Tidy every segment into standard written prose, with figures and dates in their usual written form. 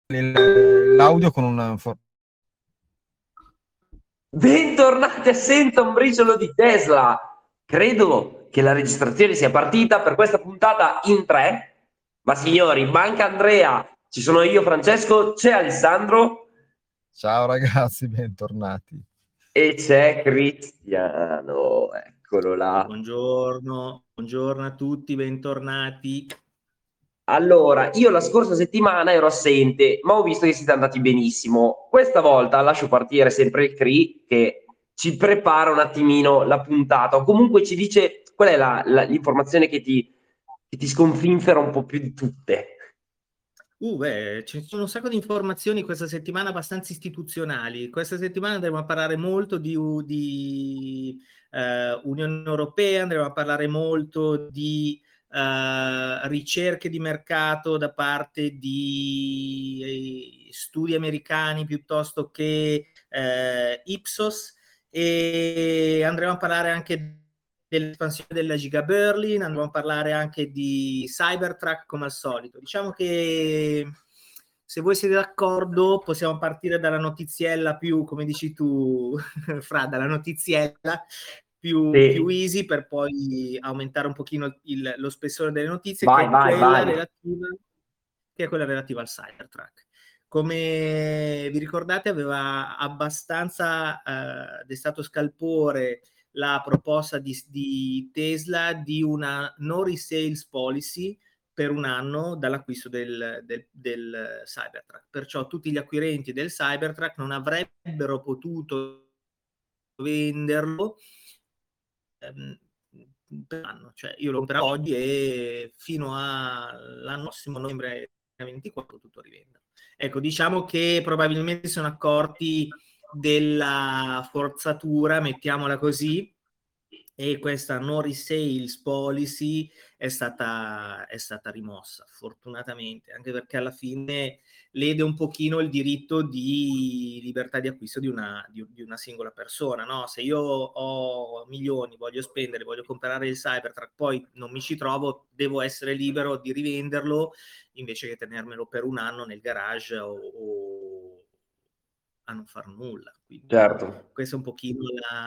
l'audio con un Bentornati a Senza un briciolo di Tesla. Credo che la registrazione sia partita per questa puntata in tre. Ma signori, manca Andrea, ci sono io, Francesco, c'è Alessandro Ciao ragazzi, bentornati. e c'è Cristiano. Eccolo là. Buongiorno a tutti, bentornati. Allora, io la scorsa settimana ero assente, ma ho visto che siete andati benissimo. Questa volta lascio partire sempre il Cri che ci prepara un attimino la puntata, o comunque ci dice qual è l'informazione che ti sconfinfera un po' più di tutte. Ci sono un sacco di informazioni questa settimana abbastanza istituzionali. Questa settimana andremo a parlare molto di Unione Europea, andremo a parlare molto di ricerche di mercato da parte di studi americani piuttosto che Ipsos, e andremo a parlare anche dell'espansione della Giga Berlin, andremo a parlare anche di Cybertruck come al solito. Diciamo che se voi siete d'accordo possiamo partire dalla notiziella più, come dici tu, Fra, dalla notiziella più Sì. easy, per poi aumentare un pochino lo spessore delle notizie, Vai, vai, vai. che è quella relativa al Cybertruck. Come vi ricordate, aveva abbastanza destato scalpore la proposta di Tesla di una no resales policy per un anno dall'acquisto del Cybertruck. Perciò tutti gli acquirenti del Cybertruck non avrebbero potuto venderlo per l'anno. Cioè io lo comprerò oggi e fino all'anno prossimo, novembre 24, tutto rivendere. Ecco, diciamo che probabilmente si sono accorti della forzatura, mettiamola così, e questa no resales policy è stata rimossa, fortunatamente, anche perché alla fine lede un pochino il diritto di libertà di acquisto di una singola persona, no? Se io ho milioni, voglio spendere, voglio comprare il Cybertruck, poi non mi ci trovo, devo essere libero di rivenderlo invece che tenermelo per un anno nel garage o a non far nulla. Quindi Certo. questo è un pochino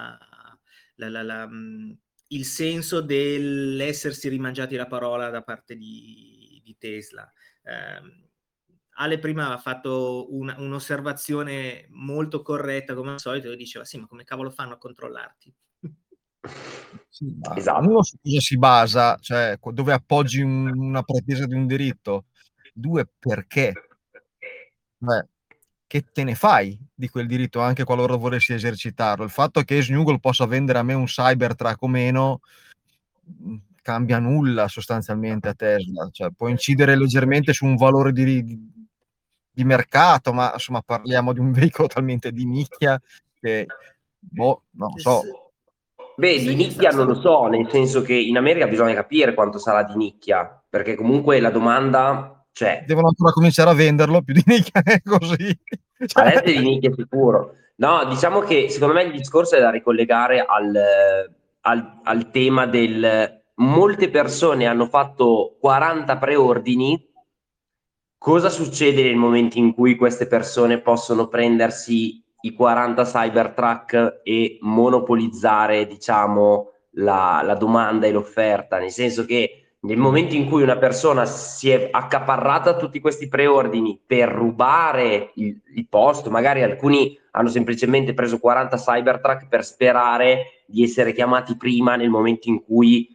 il senso dell'essersi rimangiati la parola da parte di Tesla. Ale prima ha fatto un'osservazione molto corretta, come al solito, e diceva: sì, ma come cavolo fanno a controllarti? Sì, ma Esatto. uno su cosa si basa, cioè dove appoggi una pretesa di un diritto, due perché, cioè, che te ne fai di quel diritto anche qualora volessi esercitarlo. Il fatto che Snuggle possa vendere a me un Cybertruck o meno cambia nulla sostanzialmente a Tesla, cioè può incidere leggermente su un valore di mercato, ma insomma parliamo di un veicolo talmente di nicchia che boh, non so. Beh, di Sai che nicchia non lo so, nel senso che in America bisogna capire quanto sarà di nicchia, perché comunque la domanda c'è. Devono ancora cominciare a venderlo più di nicchia è così. Cioè, Adesso è di nicchia sicuro. No, diciamo che secondo me il discorso è da ricollegare al tema del molte persone hanno fatto 40 preordini. Cosa succede nel momento in cui queste persone possono prendersi i 40 Cybertruck e monopolizzare, diciamo, la domanda e l'offerta? Nel senso che nel momento in cui una persona si è accaparrata tutti questi preordini per rubare il posto, magari alcuni hanno semplicemente preso 40 Cybertruck per sperare di essere chiamati prima nel momento in cui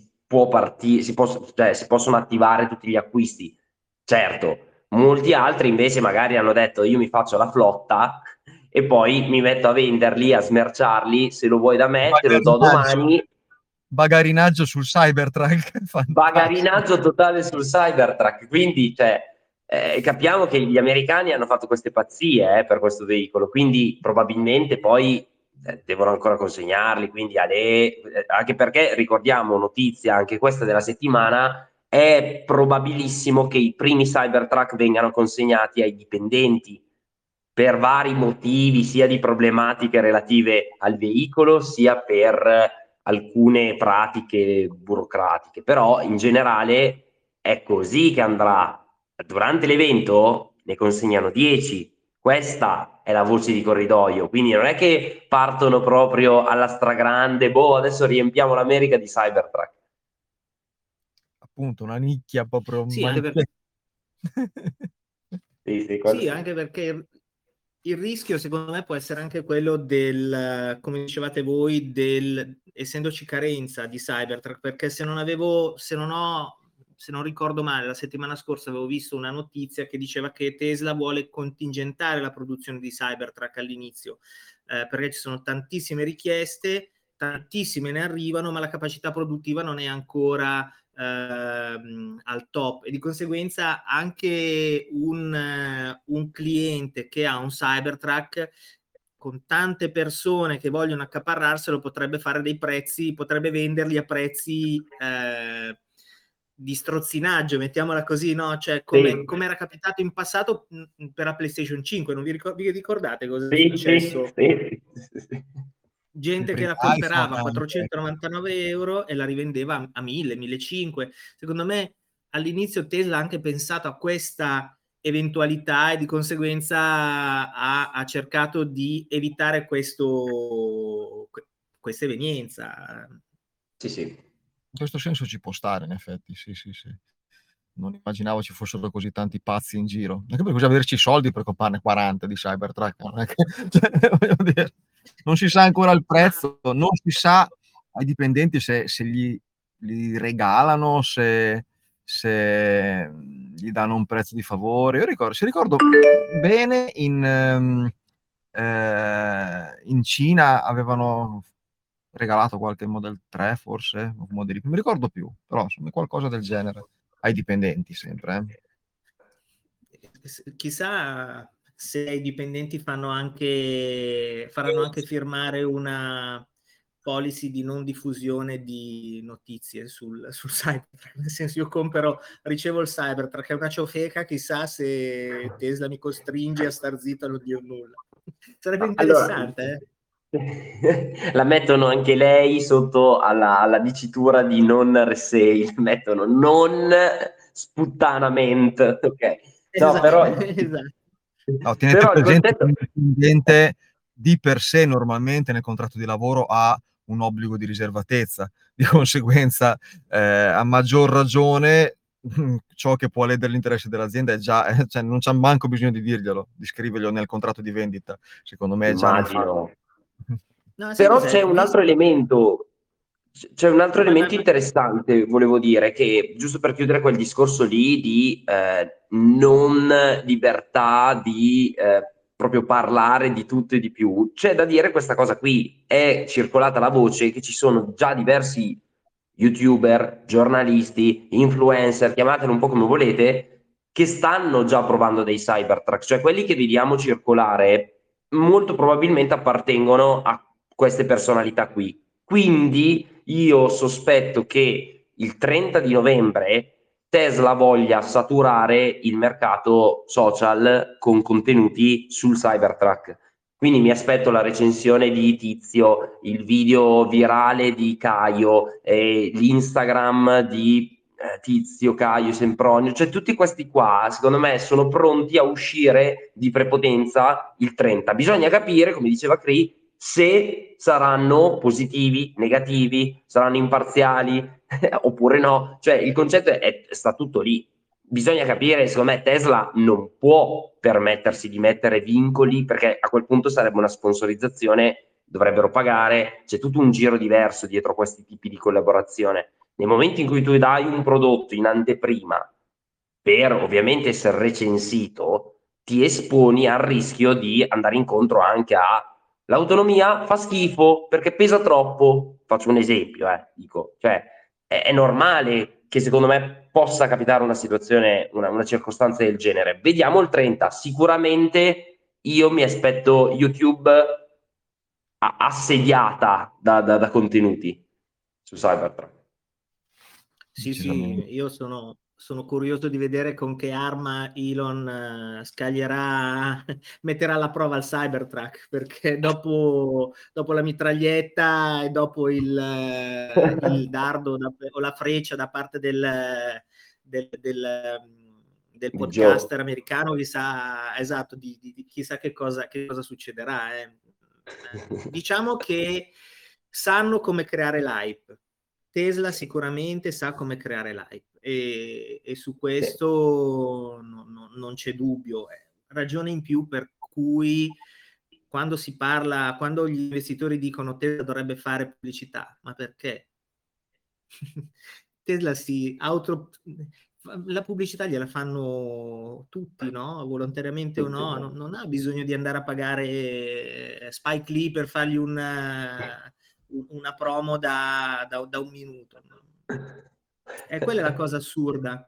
si possono attivare tutti gli acquisti. Certo, molti altri invece magari hanno detto io mi faccio la flotta e poi mi metto a venderli, a smerciarli, se lo vuoi da me te lo do bagarinaggio, domani. bagarinaggio sul Cybertruck, fantastico. Bagarinaggio totale sul Cybertruck, quindi cioè, capiamo che gli americani hanno fatto queste pazzie per questo veicolo, quindi probabilmente poi devono ancora consegnarli, quindi anche perché ricordiamo, notizia anche questa della settimana, è probabilissimo che i primi Cybertruck vengano consegnati ai dipendenti per vari motivi, sia di problematiche relative al veicolo, sia per alcune pratiche burocratiche, però in generale è così che andrà. Durante l'evento ne consegnano 10. Questa è la voce di corridoio, quindi non è che partono proprio alla stragrande, adesso riempiamo l'America di Cybertruck. Appunto, una nicchia proprio... Sì, anche perché... Sì, anche perché il rischio secondo me può essere anche quello del, come dicevate voi, essendoci carenza di Cybertruck, perché se non ricordo male, la settimana scorsa avevo visto una notizia che diceva che Tesla vuole contingentare la produzione di Cybertruck all'inizio, perché ci sono tantissime richieste, tantissime ne arrivano, ma la capacità produttiva non è ancora al top, e di conseguenza anche un cliente che ha un Cybertruck con tante persone che vogliono accaparrarselo potrebbe fare dei prezzi, potrebbe venderli a prezzi di strozzinaggio, mettiamola così, no? Cioè come era capitato in passato per la PlayStation 5, non vi ricordate cosa è successo? Sì. Gente che la comperava a 499 euro e la rivendeva a 1000, 1500. Secondo me all'inizio Tesla ha anche pensato a questa eventualità e di conseguenza ha cercato di evitare questa evenienza. Sì. In questo senso ci può stare, in effetti, sì. Non immaginavo ci fossero così tanti pazzi in giro. Anche perché bisogna averci i soldi per comprarne 40 di Cybertruck. Non è che, voglio dire, non si sa ancora il prezzo, non si sa ai dipendenti se li regalano, se gli danno un prezzo di favore. Io ricordo bene, in Cina avevano regalato qualche Model 3 forse, o non mi ricordo più, però insomma qualcosa del genere ai dipendenti sempre. Chissà se i dipendenti faranno anche firmare una policy di non diffusione di notizie sul Cybertruck, nel senso ricevo il Cybertruck, è una ciofeca, chissà se Tesla mi costringe a star zitto e non dire nulla. Sarebbe interessante, La mettono anche lei sotto alla dicitura di non resale, mettono non sputtanament, ok? Esatto, No, però... esatto. No, tenete presente che un dipendente di per sé normalmente nel contratto di lavoro ha un obbligo di riservatezza, di conseguenza a maggior ragione ciò che può ledere l'interesse dell'azienda è già, cioè non c'è manco bisogno di dirglielo, di scriverglielo nel contratto di vendita, secondo me è già immagino. No, Però c'è un altro elemento interessante, volevo dire, che giusto per chiudere quel discorso lì di non libertà di proprio parlare di tutto e di più, c'è da dire questa cosa qui. È circolata la voce che ci sono già diversi YouTuber, giornalisti, influencer, chiamateli un po' come volete, che stanno già provando dei Cybertruck, cioè quelli che vediamo circolare molto probabilmente appartengono a queste personalità qui. Quindi io sospetto che il 30 di novembre Tesla voglia saturare il mercato social con contenuti sul Cybertruck. Quindi mi aspetto la recensione di Tizio, il video virale di Caio, l'Instagram di Tizio, Caio, Sempronio, cioè tutti questi qua secondo me sono pronti a uscire di prepotenza il 30. Bisogna capire, come diceva Cri, se saranno positivi, negativi, saranno imparziali oppure no, cioè il concetto sta tutto lì. Bisogna capire, secondo me Tesla non può permettersi di mettere vincoli, perché a quel punto sarebbe una sponsorizzazione, dovrebbero pagare, c'è tutto un giro diverso dietro a questi tipi di collaborazione. Nel momento in cui tu dai un prodotto in anteprima per ovviamente essere recensito, ti esponi al rischio di andare incontro anche a l'autonomia fa schifo perché pesa troppo. Faccio un esempio, dico, cioè è normale che secondo me possa capitare una situazione, una circostanza del genere. Vediamo il 30. Sicuramente io mi aspetto YouTube assediata da contenuti su Cybertruck. Sì, io sono curioso di vedere con che arma Elon metterà alla prova il Cybertruck, perché dopo la mitraglietta e dopo il dardo o la freccia da parte del del podcaster americano che sa, esatto, chissà che cosa succederà. Diciamo che sanno come creare l'hype. Tesla sicuramente sa come creare l'hype e su questo non c'è dubbio. Ragione in più per cui quando si parla, quando gli investitori dicono Tesla dovrebbe fare pubblicità, ma perché? Tesla la pubblicità gliela fanno tutti, no? Volontariamente o no, non ha bisogno di andare a pagare Spike Lee per fargli una promo da un minuto. E quella è la cosa assurda.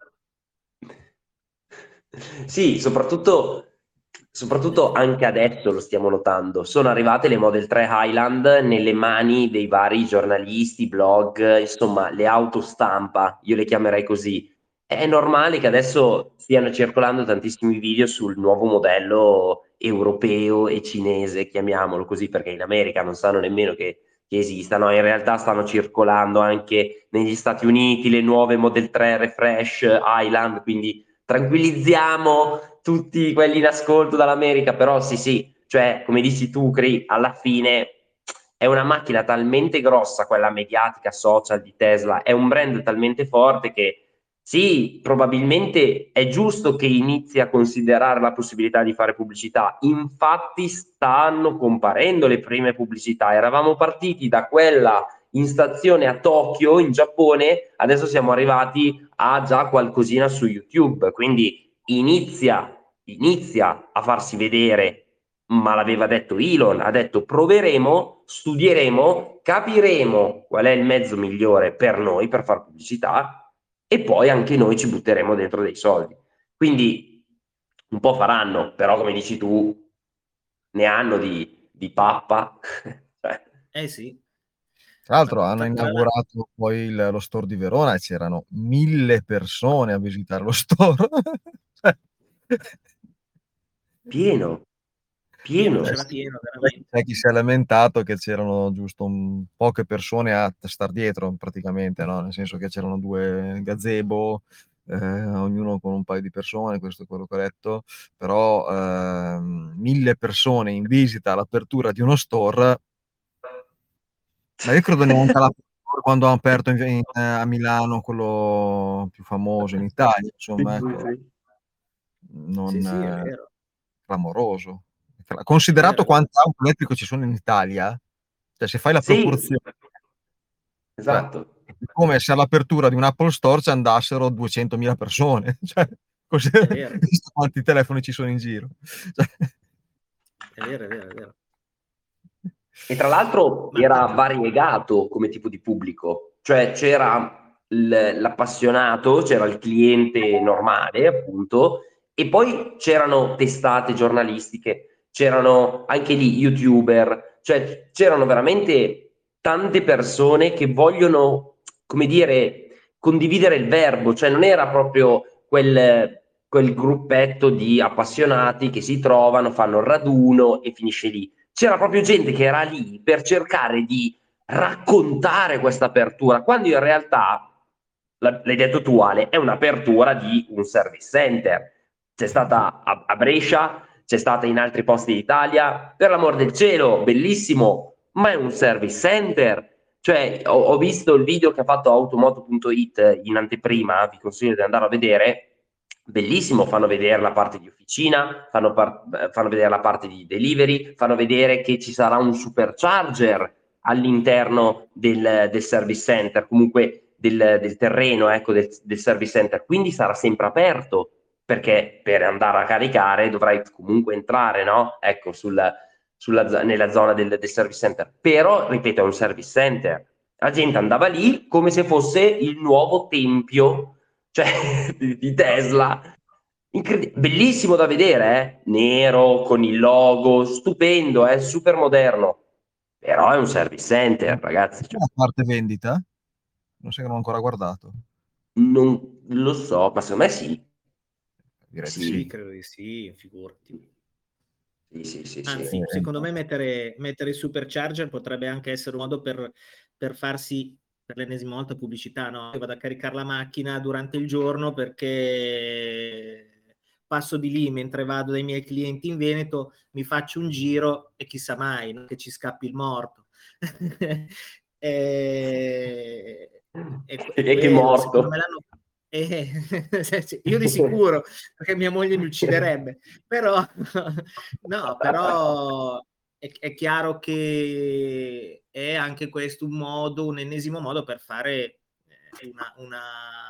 Sì, soprattutto anche adesso lo stiamo notando. Sono arrivate le Model 3 Highland nelle mani dei vari giornalisti, blog, insomma, le auto stampa, io le chiamerei così. È normale che adesso stiano circolando tantissimi video sul nuovo modello europeo e cinese, chiamiamolo così, perché in America non sanno nemmeno che esistano. In realtà stanno circolando anche negli Stati Uniti le nuove Model 3 Refresh Highland, quindi tranquillizziamo tutti quelli in ascolto dall'America, però sì, cioè come dici tu, Cri, alla fine è una macchina talmente grossa, quella mediatica social di Tesla, è un brand talmente forte che sì, probabilmente è giusto che inizi a considerare la possibilità di fare pubblicità. Infatti stanno comparendo le prime pubblicità. Eravamo partiti da quella in stazione a Tokyo, in Giappone, adesso siamo arrivati a già qualcosina su YouTube, quindi inizia a farsi vedere, ma l'aveva detto Elon, ha detto proveremo, studieremo, capiremo qual è il mezzo migliore per noi per fare pubblicità e poi anche noi ci butteremo dentro dei soldi. Quindi un po' faranno, però come dici tu, ne hanno di pappa. Sì. Tra l'altro hanno Infatti, inaugurato poi lo store di Verona e c'erano 1000 persone a visitare lo store. Pieno. C'era pieno, veramente. C'è chi si è lamentato che c'erano giusto poche persone a star dietro praticamente, no? Nel senso che c'erano 2 gazebo, ognuno con un paio di persone, questo è quello che ho detto, però 1000 persone in visita all'apertura di uno store, ma io credo neanche quando hanno aperto a Milano, quello più famoso in Italia, insomma, ecco, non Sì, è vero. clamoroso. Considerato È vero. quante auto elettriche ci sono in Italia, cioè se fai la Sì, proporzione, cioè, esatto. è come se all'apertura di un Apple Store ci andassero 200.000 persone, cioè, È vero. visto quanti telefoni ci sono in giro. Cioè. È vero. E tra l'altro era variegato come tipo di pubblico, cioè c'era l'appassionato, c'era il cliente normale, appunto, e poi c'erano testate giornalistiche, c'erano anche lì YouTuber, cioè c'erano veramente tante persone che vogliono, come dire, condividere il verbo, cioè non era proprio quel gruppetto di appassionati che si trovano, fanno il raduno e finisce lì. C'era proprio gente che era lì per cercare di raccontare questa apertura, quando in realtà, l'hai detto tu Ale, è un'apertura di un service center. C'è stata a Brescia, c'è stata in altri posti d'Italia, per l'amor del cielo, bellissimo, ma è un service center. Cioè, ho visto il video che ha fatto automoto.it in anteprima, vi consiglio di andare a vedere. Bellissimo, fanno vedere la parte di officina, fanno vedere la parte di delivery, fanno vedere che ci sarà un supercharger all'interno del service center, comunque del terreno, ecco, del service center, quindi sarà sempre aperto, perché per andare a caricare dovrai comunque entrare, no? Ecco, nella zona del service center. Però, ripeto, è un service center. La gente andava lì come se fosse il nuovo tempio, cioè, di Tesla. Bellissimo da vedere, nero, con il logo, stupendo, super moderno. Però è un service center, ragazzi. La parte vendita? Non so che non ho ancora guardato. Non lo so, ma secondo me sì. Direi di Sì, sì. credo di sì, figurati. Sì. Anzi, secondo me mettere il supercharger potrebbe anche essere un modo per farsi per l'ennesima volta pubblicità, no? Io vado a caricare la macchina durante il giorno perché passo di lì mentre vado dai miei clienti in Veneto, mi faccio un giro e chissà mai, non che ci scappi il morto. E che morto. Me l'hanno... io di sicuro, perché mia moglie mi ucciderebbe, però no, però è chiaro che è anche questo un ennesimo modo per fare una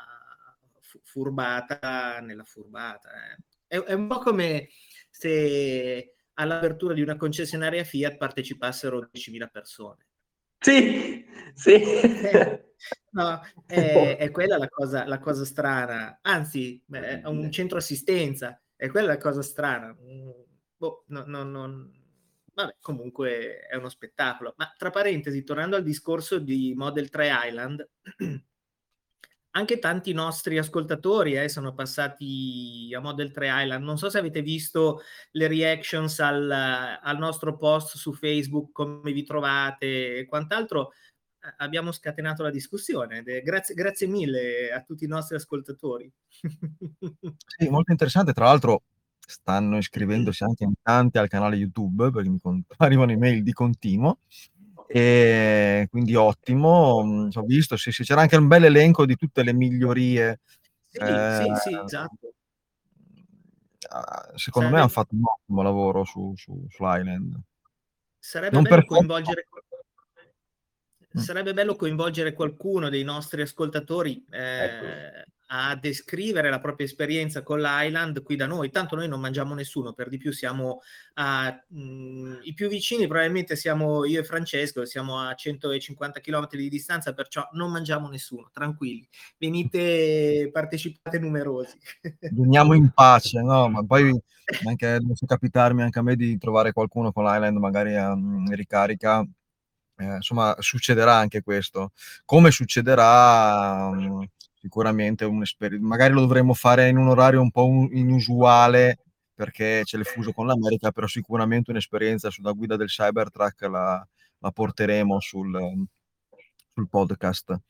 furbata nella furbata. È un po' come se all'apertura di una concessionaria Fiat partecipassero 10.000 persone. Sì, sì. No, è quella la cosa strana. Anzi, è un centro assistenza, è quella la cosa strana. Boh, vabbè, comunque è uno spettacolo. Ma tra parentesi, tornando al discorso di Model 3 Island, anche tanti nostri ascoltatori sono passati a Model 3 Island. Non so se avete visto le reactions al nostro post su Facebook, come vi trovate e quant'altro. Abbiamo scatenato la discussione. Grazie mille a tutti i nostri ascoltatori. Sì, molto interessante. Tra l'altro stanno iscrivendosi anche in tanti al canale YouTube, perché mi arrivano email di continuo, e quindi ottimo. Ho visto, sì, c'era anche un bel elenco di tutte le migliorie. Sì, esatto. Secondo me hanno fatto un ottimo lavoro su Island. Sarebbe bello coinvolgere... Sarebbe bello coinvolgere qualcuno dei nostri ascoltatori a descrivere la propria esperienza con l'Highland qui da noi. Tanto noi non mangiamo nessuno, per di più siamo i più vicini probabilmente siamo io e Francesco, siamo a 150 km di distanza, perciò non mangiamo nessuno, tranquilli. Venite, partecipate numerosi. Veniamo in pace, no? Ma poi anche deve capitarmi anche a me di trovare qualcuno con l'Highland magari a ricarica. Insomma, succederà anche questo. Come succederà sicuramente magari lo dovremmo fare in un orario un po' inusuale perché c'è il fuso con l'America, però sicuramente un'esperienza sulla guida del Cybertruck la porteremo sul podcast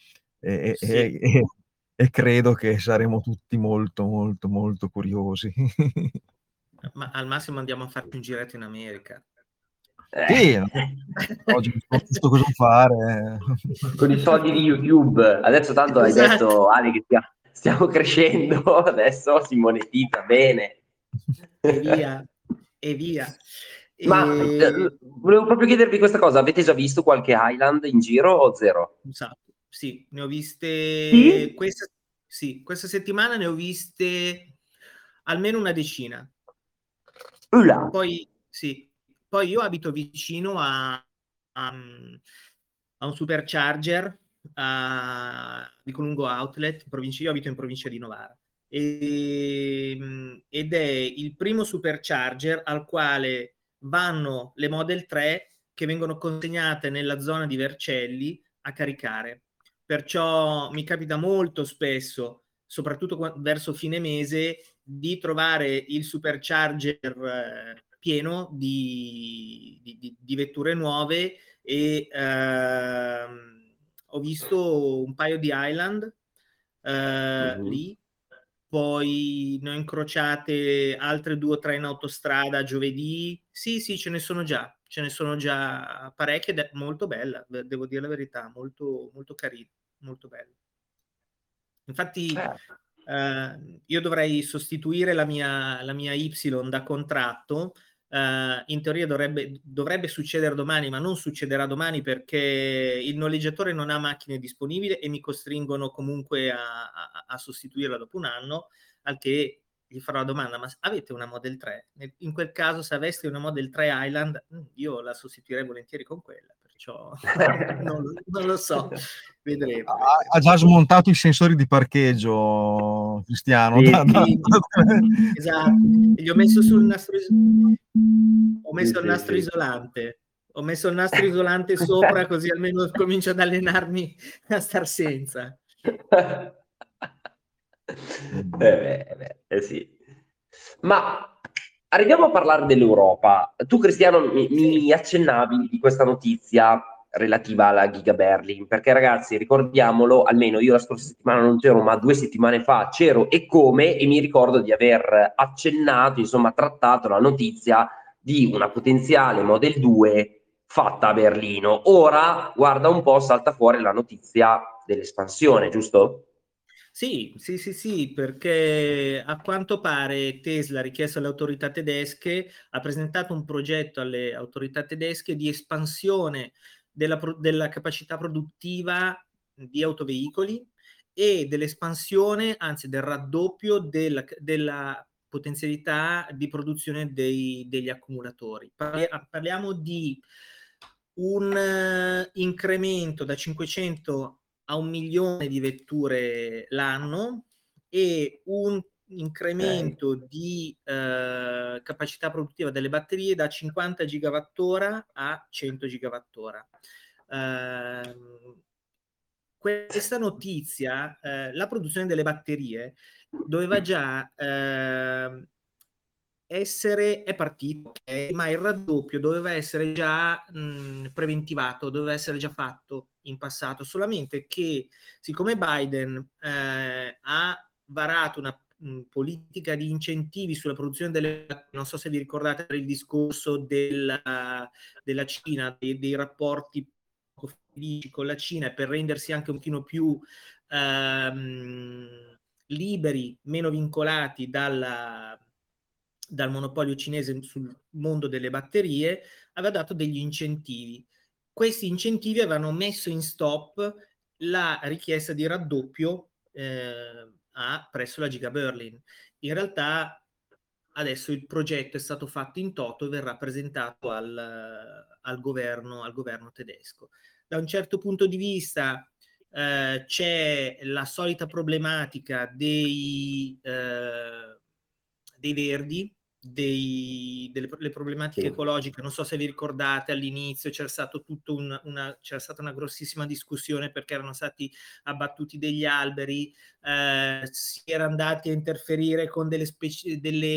e credo che saremo tutti molto molto molto curiosi. Ma al massimo andiamo a farci un giretto in America. Sì, oggi non so cosa fare. Con i soldi di YouTube. Adesso tanto hai detto, Ale, che stiamo crescendo, adesso si monetizza bene. E via. Ma volevo proprio chiedervi questa cosa, avete già visto qualche Highland in giro o zero? Un sacco, sì, ne ho viste... Questa settimana ne ho viste almeno una decina. Poi io abito vicino a un supercharger di Colungo Outlet, io abito in provincia di Novara, ed è il primo supercharger al quale vanno le Model 3 che vengono consegnate nella zona di Vercelli a caricare. Perciò mi capita molto spesso, soprattutto verso fine mese, di trovare il supercharger pieno di vetture nuove e ho visto un paio di Highland lì, poi ne ho incrociate altre 2 o 3 in autostrada giovedì. Sì, ce ne sono già parecchie ed è molto bella, devo dire la verità, molto, molto carina, molto bella. Infatti io dovrei sostituire la mia Y da contratto. In teoria dovrebbe succedere domani, ma non succederà domani perché il noleggiatore non ha macchine disponibili e mi costringono comunque a sostituirla dopo un anno, al che gli farò la domanda: ma avete una Model 3? In quel caso, se aveste una Model 3 Highland, io la sostituirei volentieri con quella, perciò non lo so, vedremo. Ha già smontato i sensori di parcheggio, Cristiano. Sì. Esatto, e gli ho messo sul nastro isolante. Ho messo il nastro isolante sopra, così almeno comincio ad allenarmi a star senza. Sì. Ma arriviamo a parlare dell'Europa. Tu, Cristiano, mi accennavi di questa notizia relativa alla Giga Berlin, perché ragazzi, ricordiamolo, almeno io la scorsa settimana non c'ero, ma 2 settimane fa c'ero e come, e mi ricordo di aver accennato, insomma, trattato la notizia di una potenziale Model 2 fatta a Berlino. Ora, guarda un po', salta fuori la notizia dell'espansione, giusto? Sì, perché a quanto pare Tesla, richiesto alle autorità tedesche, ha presentato un progetto alle autorità tedesche di espansione della capacità produttiva di autoveicoli e dell'espansione, anzi del raddoppio della potenzialità di produzione degli accumulatori. Parliamo di un incremento da 500 a 1 milione di vetture l'anno e un incremento di capacità produttiva delle batterie da 50 gigawattora a 100 gigawattora. Questa notizia, la produzione delle batterie doveva già è partito, okay, ma il raddoppio doveva essere già preventivato, doveva essere già fatto in passato, solamente che siccome Biden ha varato una politica di incentivi sulla produzione delle, non so se vi ricordate il discorso della Cina, dei rapporti felici con la Cina, per rendersi anche un pochino più liberi, meno vincolati dal monopolio cinese sul mondo delle batterie, aveva dato degli incentivi. Questi incentivi avevano messo in stop la richiesta di raddoppio presso la Giga Berlin. In realtà adesso il progetto è stato fatto in toto e verrà presentato al governo tedesco. Da un certo punto di vista c'è la solita problematica dei verdi, delle problematiche ecologiche. Non so se vi ricordate, all'inizio c'era stata una grossissima discussione perché erano stati abbattuti degli alberi, si era andati a interferire con delle specie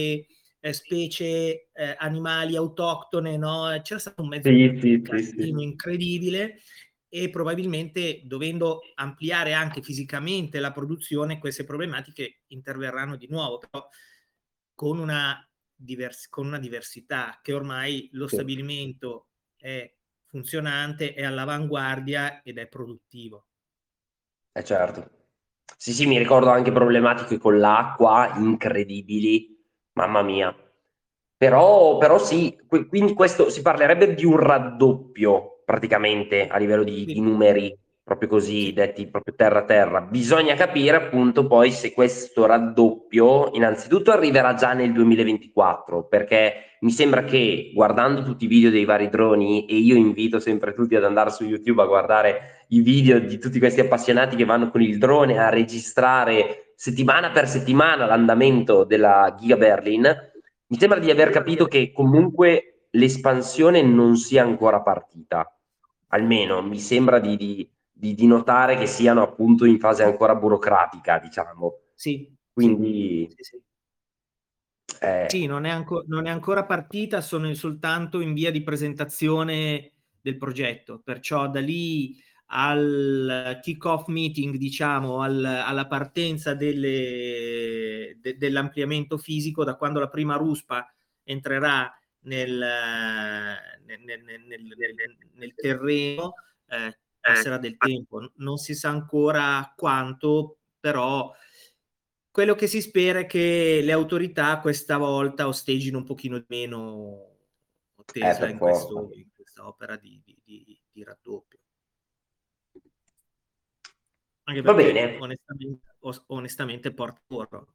animali autoctone, no? C'era stato un mezzo casino incredibile, e probabilmente, dovendo ampliare anche fisicamente la produzione, queste problematiche interverranno di nuovo, però con una diversità, che ormai lo stabilimento è funzionante, è all'avanguardia ed è produttivo. Certo. Sì, mi ricordo anche problematiche con l'acqua incredibili, mamma mia. Però sì, quindi questo si parlerebbe di un raddoppio praticamente a livello di numeri, proprio così, detti proprio terra a terra. Bisogna capire appunto poi se questo raddoppio innanzitutto arriverà già nel 2024, perché mi sembra che, guardando tutti i video dei vari droni, e io invito sempre tutti ad andare su YouTube a guardare i video di tutti questi appassionati che vanno con il drone a registrare settimana per settimana l'andamento della Giga Berlin, mi sembra di aver capito che comunque l'espansione non sia ancora partita, almeno mi sembra di notare che siano appunto in fase ancora burocratica, diciamo. Sì. Quindi sì, non è ancora partita, sono soltanto in via di presentazione del progetto, perciò da lì al kick-off meeting, diciamo, alla partenza dell'ampliamento fisico, da quando la prima ruspa entrerà nel terreno, passerà del tempo. Non si sa ancora quanto, però quello che si spera è che le autorità questa volta osteggino un pochino di meno Tesla in questa opera di raddoppio. Anche Va perché bene. onestamente porta burro.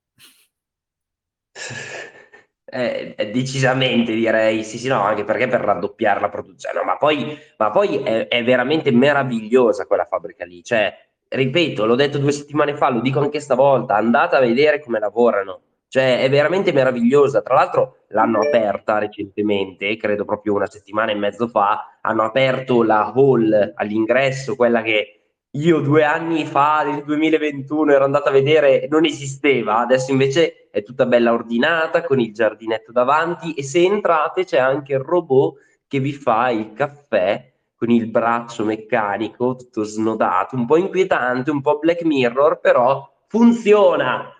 Decisamente direi, sì, no, anche perché per raddoppiare la produzione, no, ma poi è veramente meravigliosa quella fabbrica lì, cioè, ripeto, l'ho detto 2 settimane fa, lo dico anche stavolta, andate a vedere come lavorano, cioè è veramente meravigliosa. Tra l'altro l'hanno aperta recentemente, credo proprio 1 settimana e mezzo fa, hanno aperto la hall all'ingresso, quella che io 2 anni fa, nel 2021, ero andato a vedere, non esisteva, adesso invece è tutta bella ordinata, con il giardinetto davanti, e se entrate c'è anche il robot che vi fa il caffè con il braccio meccanico tutto snodato, un po' inquietante, un po' Black Mirror, però funziona!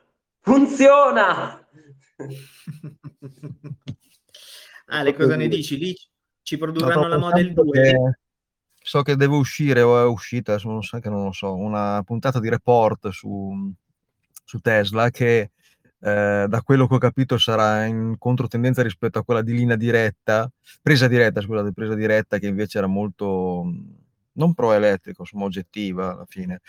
Ale, cosa ne dici? Lì ci No, produrranno stavo la Model pensando 2? che so che deve uscire o è uscita, adesso non so, che non lo so, una puntata di report su Tesla che da quello che ho capito sarà in controtendenza rispetto a quella di linea diretta, scusate, presa diretta che invece era molto non pro elettrico, insomma oggettiva alla fine.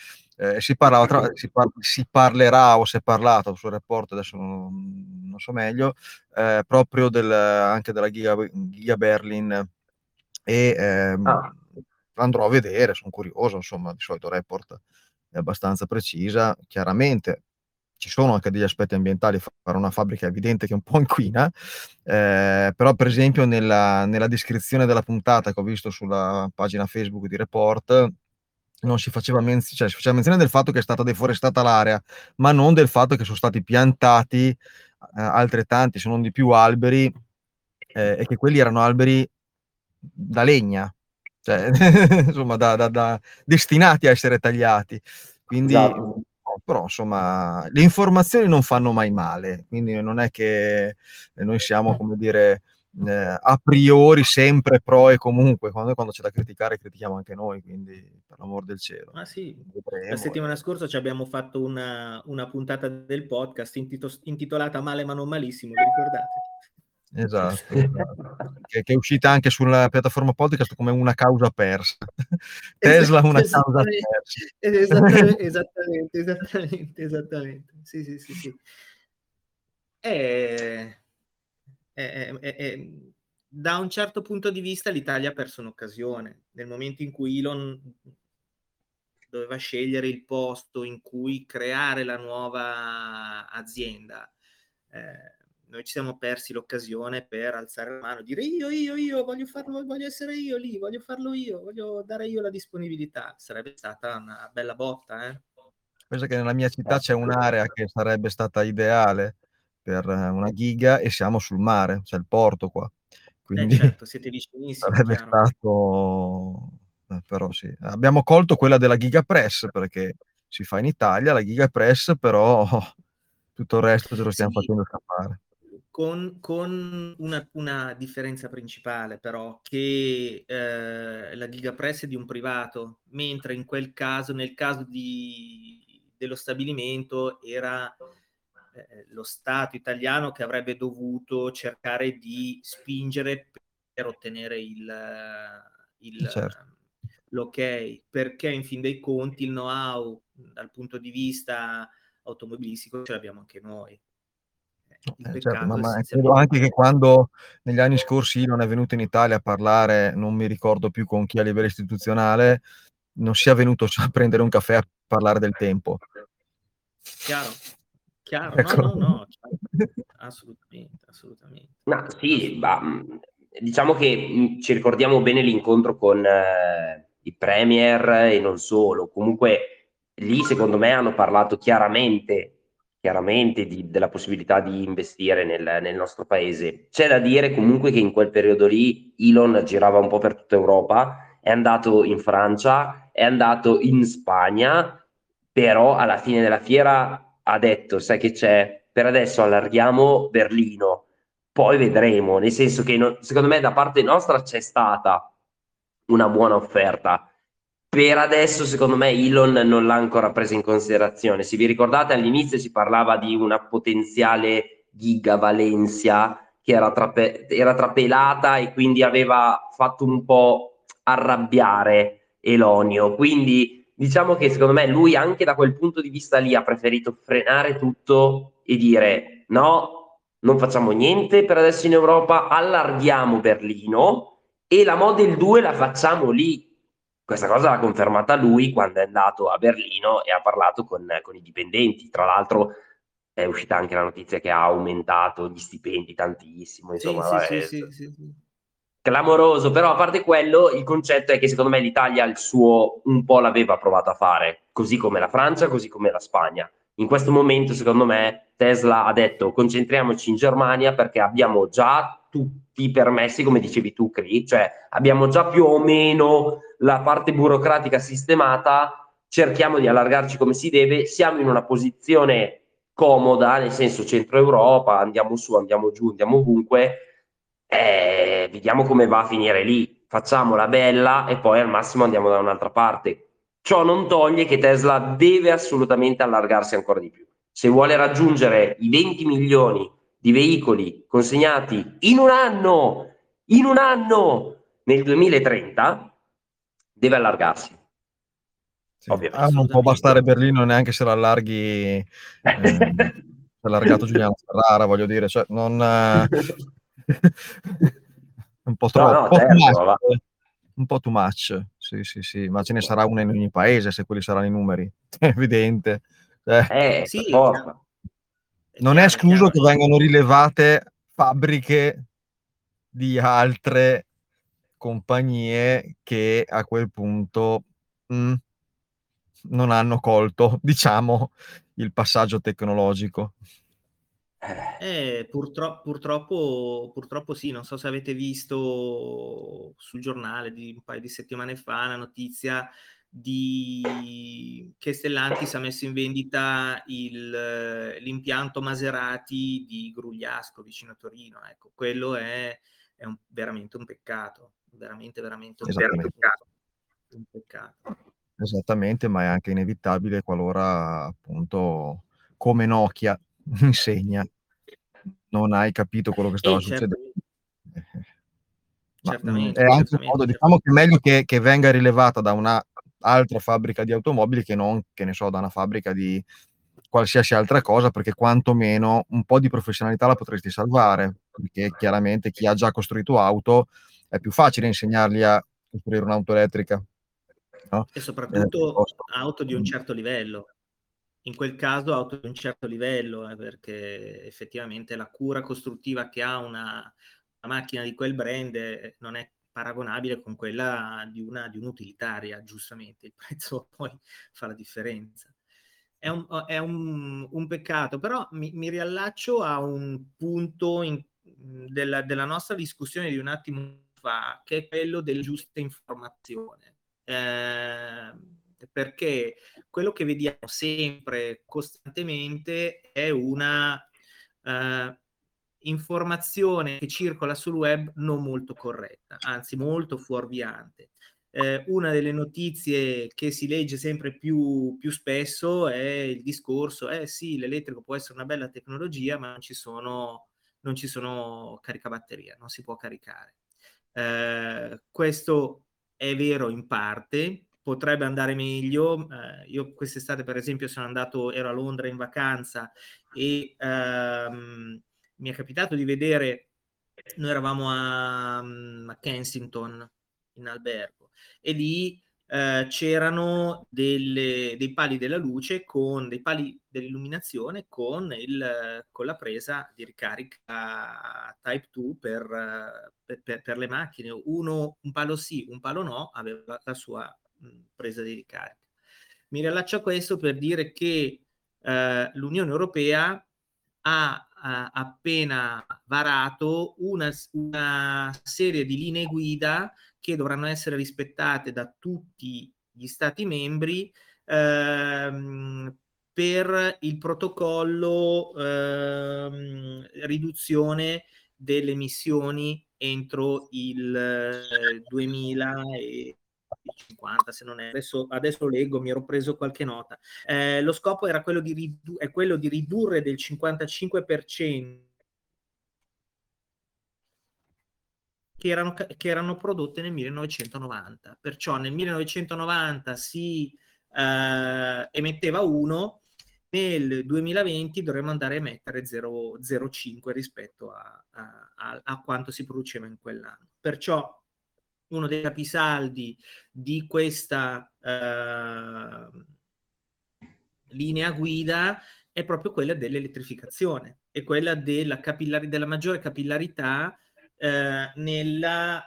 Si parlerà o si è parlato sul report, adesso non so meglio, proprio anche della Giga Berlin e Ah, andrò a vedere, sono curioso, insomma, di solito report è abbastanza precisa, chiaramente ci sono anche degli aspetti ambientali, fare una fabbrica è evidente che un po' inquina, però per esempio nella descrizione della puntata che ho visto sulla pagina Facebook di Report non si faceva cioè si faceva menzione del fatto che è stata deforestata l'area, ma non del fatto che sono stati piantati altrettanti, se non di più alberi, e che quelli erano alberi da legna, cioè insomma destinati a essere tagliati. Quindi, esatto. però insomma, le informazioni non fanno mai male, quindi non è che noi siamo, come dire, a priori sempre pro e comunque, quando c'è da criticare critichiamo anche noi, quindi per l'amor del cielo. Ah sì, la Vedremo. settimana scorsa ci abbiamo fatto una puntata del podcast intitolata Male ma non malissimo, vi ricordate? Esatto, che è uscita anche sulla piattaforma podcast come una causa persa. Tesla una causa persa. Esattamente. Sì. Eh, da un certo punto di vista l'Italia ha perso un'occasione. Nel momento in cui Elon doveva scegliere il posto in cui creare la nuova azienda, noi ci siamo persi l'occasione per alzare la mano, dire io voglio farlo, voglio essere io lì, voglio farlo io, voglio dare io la disponibilità. Sarebbe stata una bella botta, eh? Pensa che nella mia città c'è un'area che sarebbe stata ideale per una giga e siamo sul mare, c'è il porto qua, quindi Certo, siete vicinissimi, sarebbe chiaro. stato però sì. Abbiamo colto quella della Gigapress perché si fa in Italia la Gigapress, però tutto il resto ce lo stiamo Sì, facendo scappare. con una differenza principale però, che la Gigapress è di un privato, mentre in quel caso, nel caso dello stabilimento, era lo Stato italiano che avrebbe dovuto cercare di spingere per ottenere Certo. l'ok, perché in fin dei conti il know-how dal punto di vista automobilistico ce l'abbiamo anche noi. Il Certo, peccato ma credo essenzialmente anche che quando negli anni scorsi non è venuto in Italia a parlare, non mi ricordo più con chi a livello istituzionale, non sia venuto a prendere un caffè a parlare del tempo. chiaro, Ecco. no, chiaro. Assolutamente. Ma sì, diciamo che ci ricordiamo bene l'incontro con i premier e non solo. Comunque lì secondo me hanno parlato chiaramente della possibilità di investire nel nostro paese. C'è da dire comunque che in quel periodo lì Elon girava un po' per tutta Europa, è andato in Francia, è andato in Spagna, però alla fine della fiera ha detto, sai che c'è? Per adesso allarghiamo Berlino, poi vedremo, nel senso che secondo me da parte nostra c'è stata una buona offerta. Per adesso, secondo me, Elon non l'ha ancora presa in considerazione. Se vi ricordate, all'inizio si parlava di una potenziale Giga Valencia che era trapelata e quindi aveva fatto un po' arrabbiare Elonio. Quindi diciamo che secondo me lui anche da quel punto di vista lì ha preferito frenare tutto e dire no, non facciamo niente per adesso in Europa, allarghiamo Berlino e la Model 2 la facciamo lì. Questa cosa l'ha confermata lui quando è andato a Berlino e ha parlato con i dipendenti. Tra l'altro è uscita anche la notizia che ha aumentato gli stipendi tantissimo, Sì, insomma, sì, vabbè, sì, sì, sì, sì. clamoroso, però a parte quello, il concetto è che secondo me l'Italia il suo un po' l'aveva provato a fare, così come la Francia, così come la Spagna. In questo momento, secondo me, Tesla ha detto concentriamoci in Germania perché abbiamo già tutti i permessi, come dicevi tu, Cri, cioè abbiamo già più o meno la parte burocratica sistemata, cerchiamo di allargarci come si deve, siamo in una posizione comoda, nel senso centro Europa, andiamo su, andiamo giù, andiamo ovunque, vediamo come va a finire lì, facciamola bella e poi al massimo andiamo da un'altra parte. Ciò non toglie che Tesla deve assolutamente allargarsi ancora di più. Se vuole raggiungere i 20 milioni di veicoli consegnati in un anno nel 2030, deve allargarsi. Sì. Ovviamente. Non può bastare Berlino neanche se l'allarghi allargato Giuliano Ferrara, voglio dire, cioè non un po' troppo, certo, un po' too much. Sì, ma ce ne sarà una in ogni paese se quelli saranno i numeri, è evidente. Sì, Non è escluso che vengano rilevate fabbriche di altre compagnie che a quel punto non hanno colto, diciamo, il passaggio tecnologico. Purtroppo sì, non so se avete visto sul giornale di un paio di settimane fa la notizia che Stellantis ha messo in vendita l'impianto Maserati di Grugliasco vicino a Torino. Ecco, quello è veramente un peccato, veramente un peccato. Esattamente, ma è anche inevitabile qualora appunto, come Nokia insegna, non hai capito quello che stava succedendo. Certamente, è anche un modo, diciamo che è meglio che venga rilevata da una altra fabbrica di automobili che non, che ne so, da una fabbrica di qualsiasi altra cosa, perché quantomeno un po' di professionalità la potresti salvare, perché chiaramente chi ha già costruito auto è più facile insegnargli a costruire un'auto elettrica, no? E soprattutto auto di un certo livello. In quel caso auto di un certo livello, perché effettivamente la cura costruttiva che ha una macchina di quel brand non è paragonabile con quella di un'utilitaria, giustamente. Il prezzo poi fa la differenza. È un peccato, però mi riallaccio a un punto della nostra discussione di un attimo fa, che è quello della giusta informazione. Perché quello che vediamo sempre costantemente è una informazione che circola sul web non molto corretta, anzi molto fuorviante. Una delle notizie che si legge sempre più spesso è il discorso: sì, l'elettrico può essere una bella tecnologia, ma non ci sono caricabatterie, non si può caricare. Questo è vero in parte, potrebbe andare meglio. Io quest'estate, per esempio, ero a Londra in vacanza e mi è capitato di vedere, noi eravamo a Kensington in albergo e lì c'erano dei pali della luce con dei pali dell'illuminazione con la presa di ricarica Type 2 per le macchine. Un palo sì, un palo no, aveva la sua presa di ricarica. Mi riallaccio a questo per dire che l'Unione Europea ha appena varato una serie di linee guida che dovranno essere rispettate da tutti gli Stati membri per il protocollo riduzione delle emissioni entro il 2050, se non è. Adesso leggo, mi ero preso qualche nota. Lo scopo era quello di ridurre del 55% che erano prodotte nel 1990. Perciò nel 1990 si emetteva 1, nel 2020 dovremmo andare a emettere 0,05 rispetto a quanto si produceva in quell'anno. Perciò uno dei capisaldi di questa linea guida è proprio quella dell'elettrificazione e quella della maggiore capillarità nel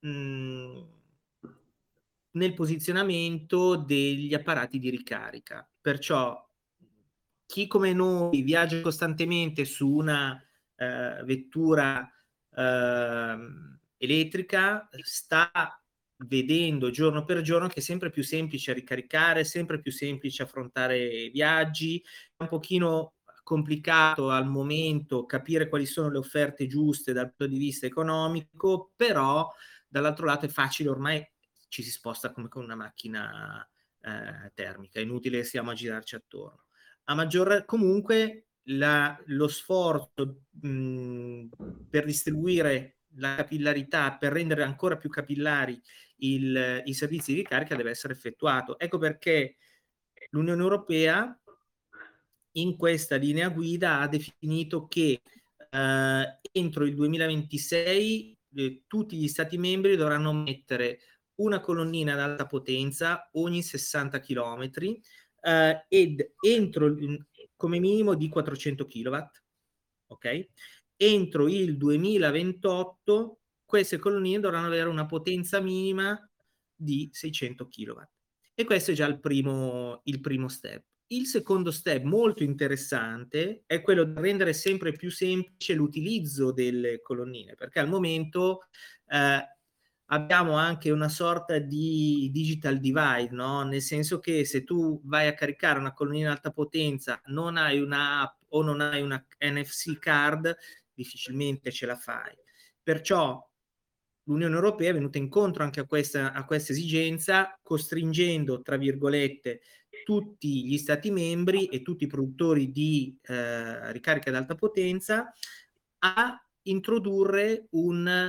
posizionamento degli apparati di ricarica. Perciò chi come noi viaggia costantemente su una vettura elettrica sta vedendo giorno per giorno che è sempre più semplice ricaricare, sempre più semplice affrontare viaggi, è un pochino complicato al momento capire quali sono le offerte giuste dal punto di vista economico, però dall'altro lato è facile, ormai ci si sposta come con una macchina termica, è inutile che stiamo a girarci attorno. A maggior comunque lo sforzo per distribuire la capillarità, per rendere ancora più capillari i servizi di ricarica deve essere effettuato. Ecco perché l'Unione Europea in questa linea guida ha definito che entro il 2026 tutti gli Stati membri dovranno mettere una colonnina ad alta potenza ogni 60 km ed entro come minimo di 400 kW, ok? Entro il 2028 queste colonnine dovranno avere una potenza minima di 600 kW. E questo è già il primo step. Il secondo step molto interessante è quello di rendere sempre più semplice l'utilizzo delle colonnine, perché al momento abbiamo anche una sorta di digital divide, no? Nel senso che se tu vai a caricare una colonnina alta potenza, non hai una app o non hai una NFC card, difficilmente ce la fai. Perciò l'Unione Europea è venuta incontro anche a questa esigenza, costringendo, tra virgolette, tutti gli Stati membri e tutti i produttori di ricarica ad alta potenza a introdurre un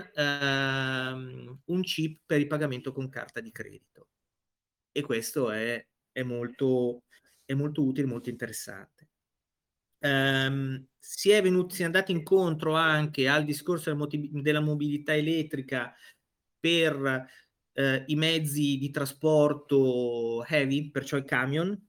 chip per il pagamento con carta di credito. E questo è molto utile, molto interessante. Si è andati incontro anche al discorso della mobilità elettrica per i mezzi di trasporto heavy, perciò i camion,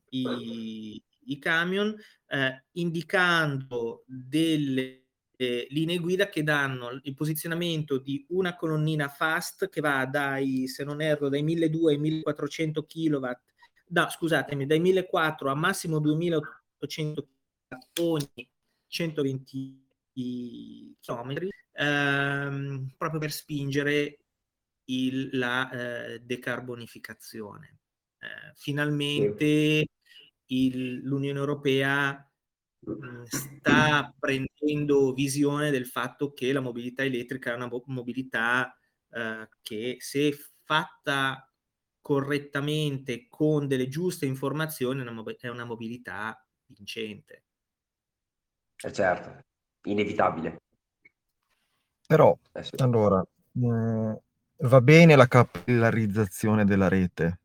indicando delle linee guida che danno il posizionamento di una colonnina fast che va se non erro, dai 1200 ai 1400 kW, no, scusatemi, dai 1400 a massimo 2800 ogni 120 km, proprio per spingere la decarbonificazione. Finalmente l'Unione Europea sta prendendo visione del fatto che la mobilità elettrica è una mobilità che, se fatta correttamente con delle giuste informazioni, è una mobilità vincente. Certo, inevitabile. Però, allora, va bene la capillarizzazione della rete,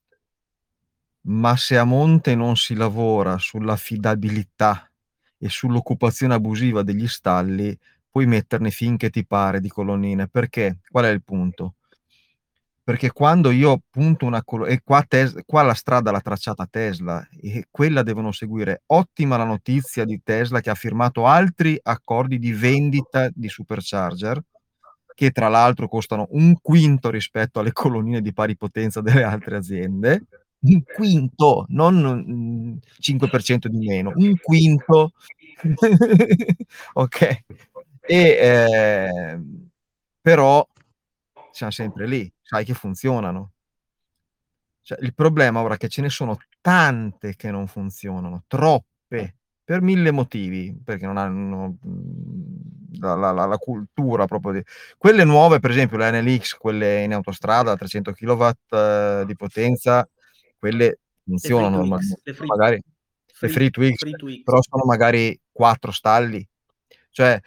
ma se a monte non si lavora sull'affidabilità e sull'occupazione abusiva degli stalli, puoi metterne finché ti pare di colonnine. Perché? Qual è il punto? Perché quando io punto una colonnina, e qua la strada l'ha tracciata Tesla, e quella devono seguire. Ottima la notizia di Tesla che ha firmato altri accordi di vendita di supercharger, che tra l'altro costano un quinto rispetto alle colonnine di pari potenza delle altre aziende. Un quinto, non 5% di meno, un quinto. Ok. Però siamo sempre lì, sai che funzionano. Cioè, il problema ora è che ce ne sono tante che non funzionano, troppe, per 1000 motivi, perché non hanno la cultura proprio di quelle nuove, per esempio le NLX, quelle in autostrada a 300 kW di potenza, quelle funzionano normalmente. Magari le Free to X, però sono magari 4 stalli. Cioè,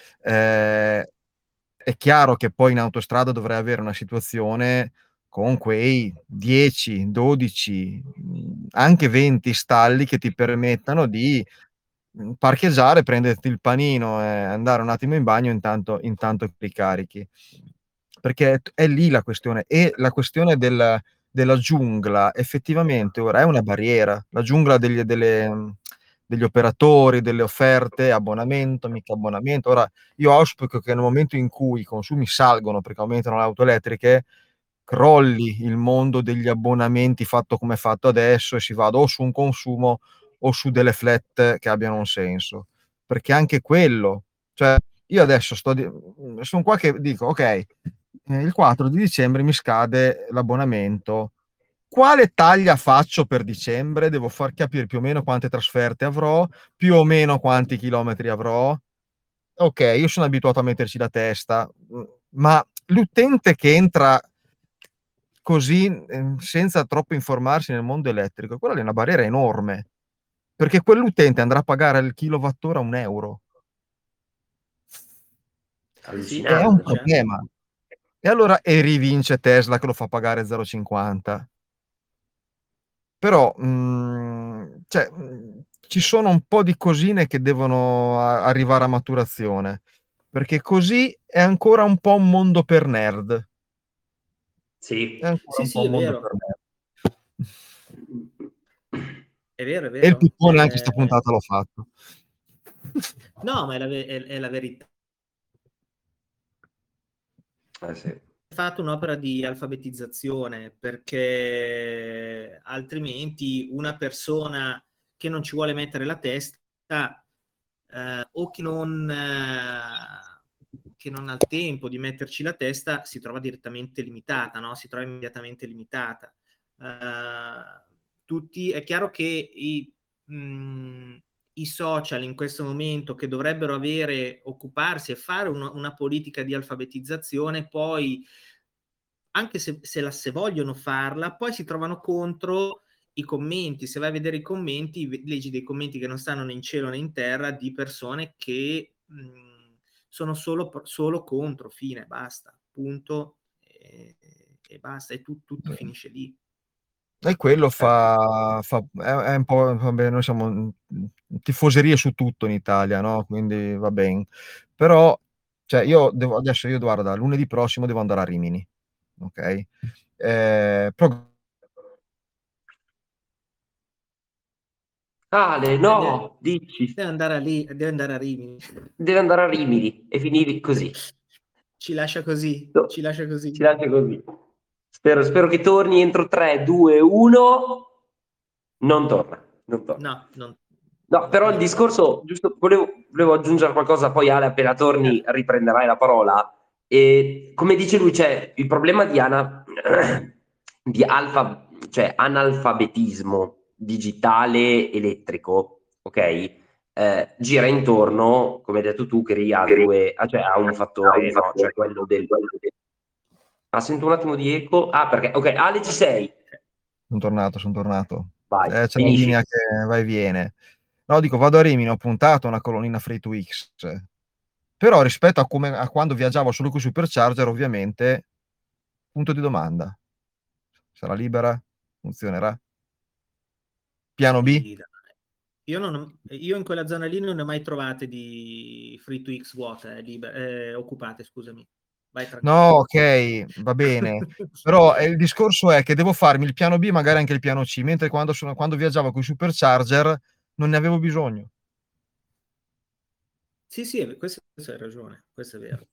è chiaro che poi in autostrada dovrai avere una situazione con quei 10, 12, anche 20 stalli che ti permettano di parcheggiare, prenderti il panino e andare un attimo in bagno intanto che ricarichi. Perché è lì la questione. E la questione della giungla effettivamente ora è una barriera. La giungla degli operatori, delle offerte, abbonamento, mica abbonamento. Ora, io auspico che nel momento in cui i consumi salgono perché aumentano le auto elettriche, crolli il mondo degli abbonamenti fatto come è fatto adesso e si vada o su un consumo o su delle flat che abbiano un senso. Perché anche quello, cioè io adesso sono qua che dico, ok, il 4 di dicembre mi scade l'abbonamento. Quale taglia faccio per dicembre? Devo far capire più o meno quante trasferte avrò, più o meno quanti chilometri avrò. Ok, io sono abituato a metterci la testa, ma l'utente che entra così, senza troppo informarsi nel mondo elettrico, quella lì è una barriera enorme, perché quell'utente andrà a pagare il kilowattora 1 euro. È un Allucinante, cioè. problema. E allora rivince Tesla che lo fa pagare 0,50. Però cioè, ci sono un po' di cosine che devono arrivare a maturazione, perché così è ancora un po' un mondo per nerd. Sì. È ancora un po' Sì, un è mondo vero. per nerd. È vero, è E il vero. pippone anche sta puntata l'ho fatto. No, ma è la verità. Sì. Fatto un'opera di alfabetizzazione, perché altrimenti una persona che non ci vuole mettere la testa o che non ha il tempo di metterci la testa si trova direttamente limitata, no? Si trova immediatamente limitata. È chiaro che i social in questo momento, che dovrebbero occuparsi e fare una politica di alfabetizzazione, poi anche se vogliono farla, poi si trovano contro i commenti. Se vai a vedere i commenti, leggi dei commenti che non stanno né in cielo né in terra, di persone che sono solo contro, fine, basta, punto, e basta, e tutto finisce lì. E quello è un po', vabbè, noi siamo tifoserie su tutto in Italia, no? Quindi va bene. Però, cioè, adesso io guarda, lunedì prossimo devo andare a Rimini, ok? Ale, no, dici. Deve andare a Rimini. Deve andare a Rimini e finire così. Ci lascia così, No, ci lascia così. ci lascia così. Spero che torni entro 3, 2, 1. Non torna. No, però il discorso, giusto, volevo aggiungere qualcosa, poi Ale, appena torni, riprenderai la parola. E come dice lui, c'è il problema di analfabetismo digitale elettrico, ok? Gira intorno, come hai detto tu, che ha un fattore, no? Cioè quello del... sento un attimo di eco. Perché, ok, Ale, ci sei? Sono tornato. Vai, C'è la finisci. linea che va e viene. No, dico, vado a Rimini, ho puntato una colonnina Free2X. Però rispetto a quando viaggiavo solo con i Supercharger, ovviamente, punto di domanda. Sarà libera? Funzionerà? Piano B? Sì, io in quella zona lì non ne ho mai trovate di Free2X vuote, occupate, scusami. Vai tranquillo. No, ok, va bene. Però il discorso è che devo farmi il piano B, magari anche il piano C, mentre quando viaggiavo con i Supercharger non ne avevo bisogno. Sì, questo hai ragione, questo è vero.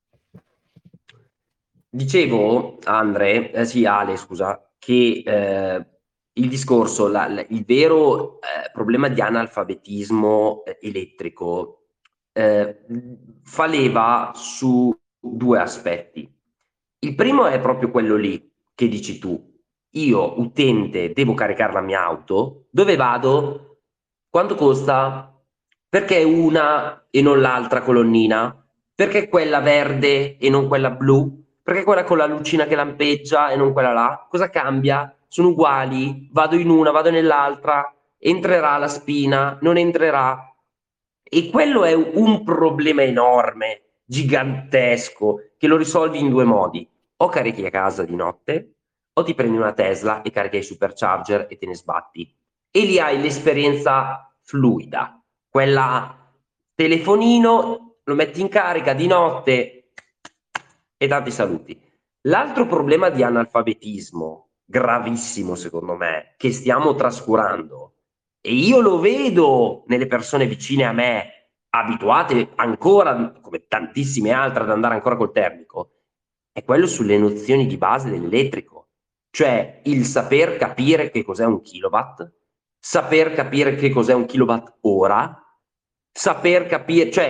Dicevo, sì, Ale, scusa, che il discorso, il vero problema di analfabetismo elettrico fa leva su due aspetti. Il primo è proprio quello lì che dici tu. Io, utente, devo caricare la mia auto. Dove vado? Quanto costa? Perché una e non l'altra colonnina? Perché quella verde e non quella blu? Perché quella con la lucina che lampeggia e non quella là? Cosa cambia? Sono uguali? Vado in una, vado nell'altra? Entrerà la spina? Non entrerà? E quello è un problema enorme, gigantesco, che lo risolvi in due modi. O carichi a casa di notte, o ti prendi una Tesla e carichi i supercharger e te ne sbatti. E lì hai l'esperienza fluida, quella telefonino, lo metti in carica di notte e tanti saluti. L'altro problema di analfabetismo, gravissimo secondo me, che stiamo trascurando, e io lo vedo nelle persone vicine a me, abituate ancora, come tantissime altre, ad andare ancora col termico, è quello sulle nozioni di base dell'elettrico, cioè il saper capire che cos'è un kilowatt, saper capire che cos'è un kilowatt ora, saper capire, cioè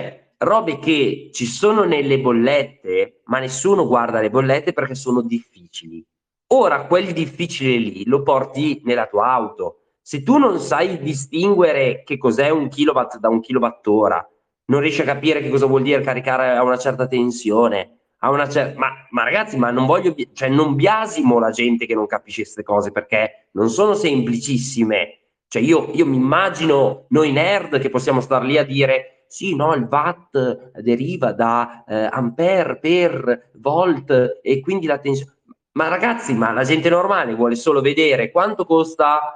robe che ci sono nelle bollette, ma nessuno guarda le bollette perché sono difficili. Ora quel difficile lì lo porti nella tua auto. Se tu non sai distinguere che cos'è un kilowatt da un kilowattora, non riesci a capire che cosa vuol dire caricare a una certa tensione, ma ragazzi, ma non voglio, cioè non biasimo la gente che non capisce queste cose, perché non sono semplicissime. Cioè io mi immagino noi nerd che possiamo star lì a dire sì, no, il watt deriva da ampere per volt e quindi la tensione. Ma ragazzi, ma la gente normale vuole solo vedere quanto costa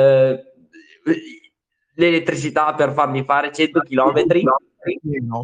l'elettricità per farmi fare 100 chilometri? Pieno.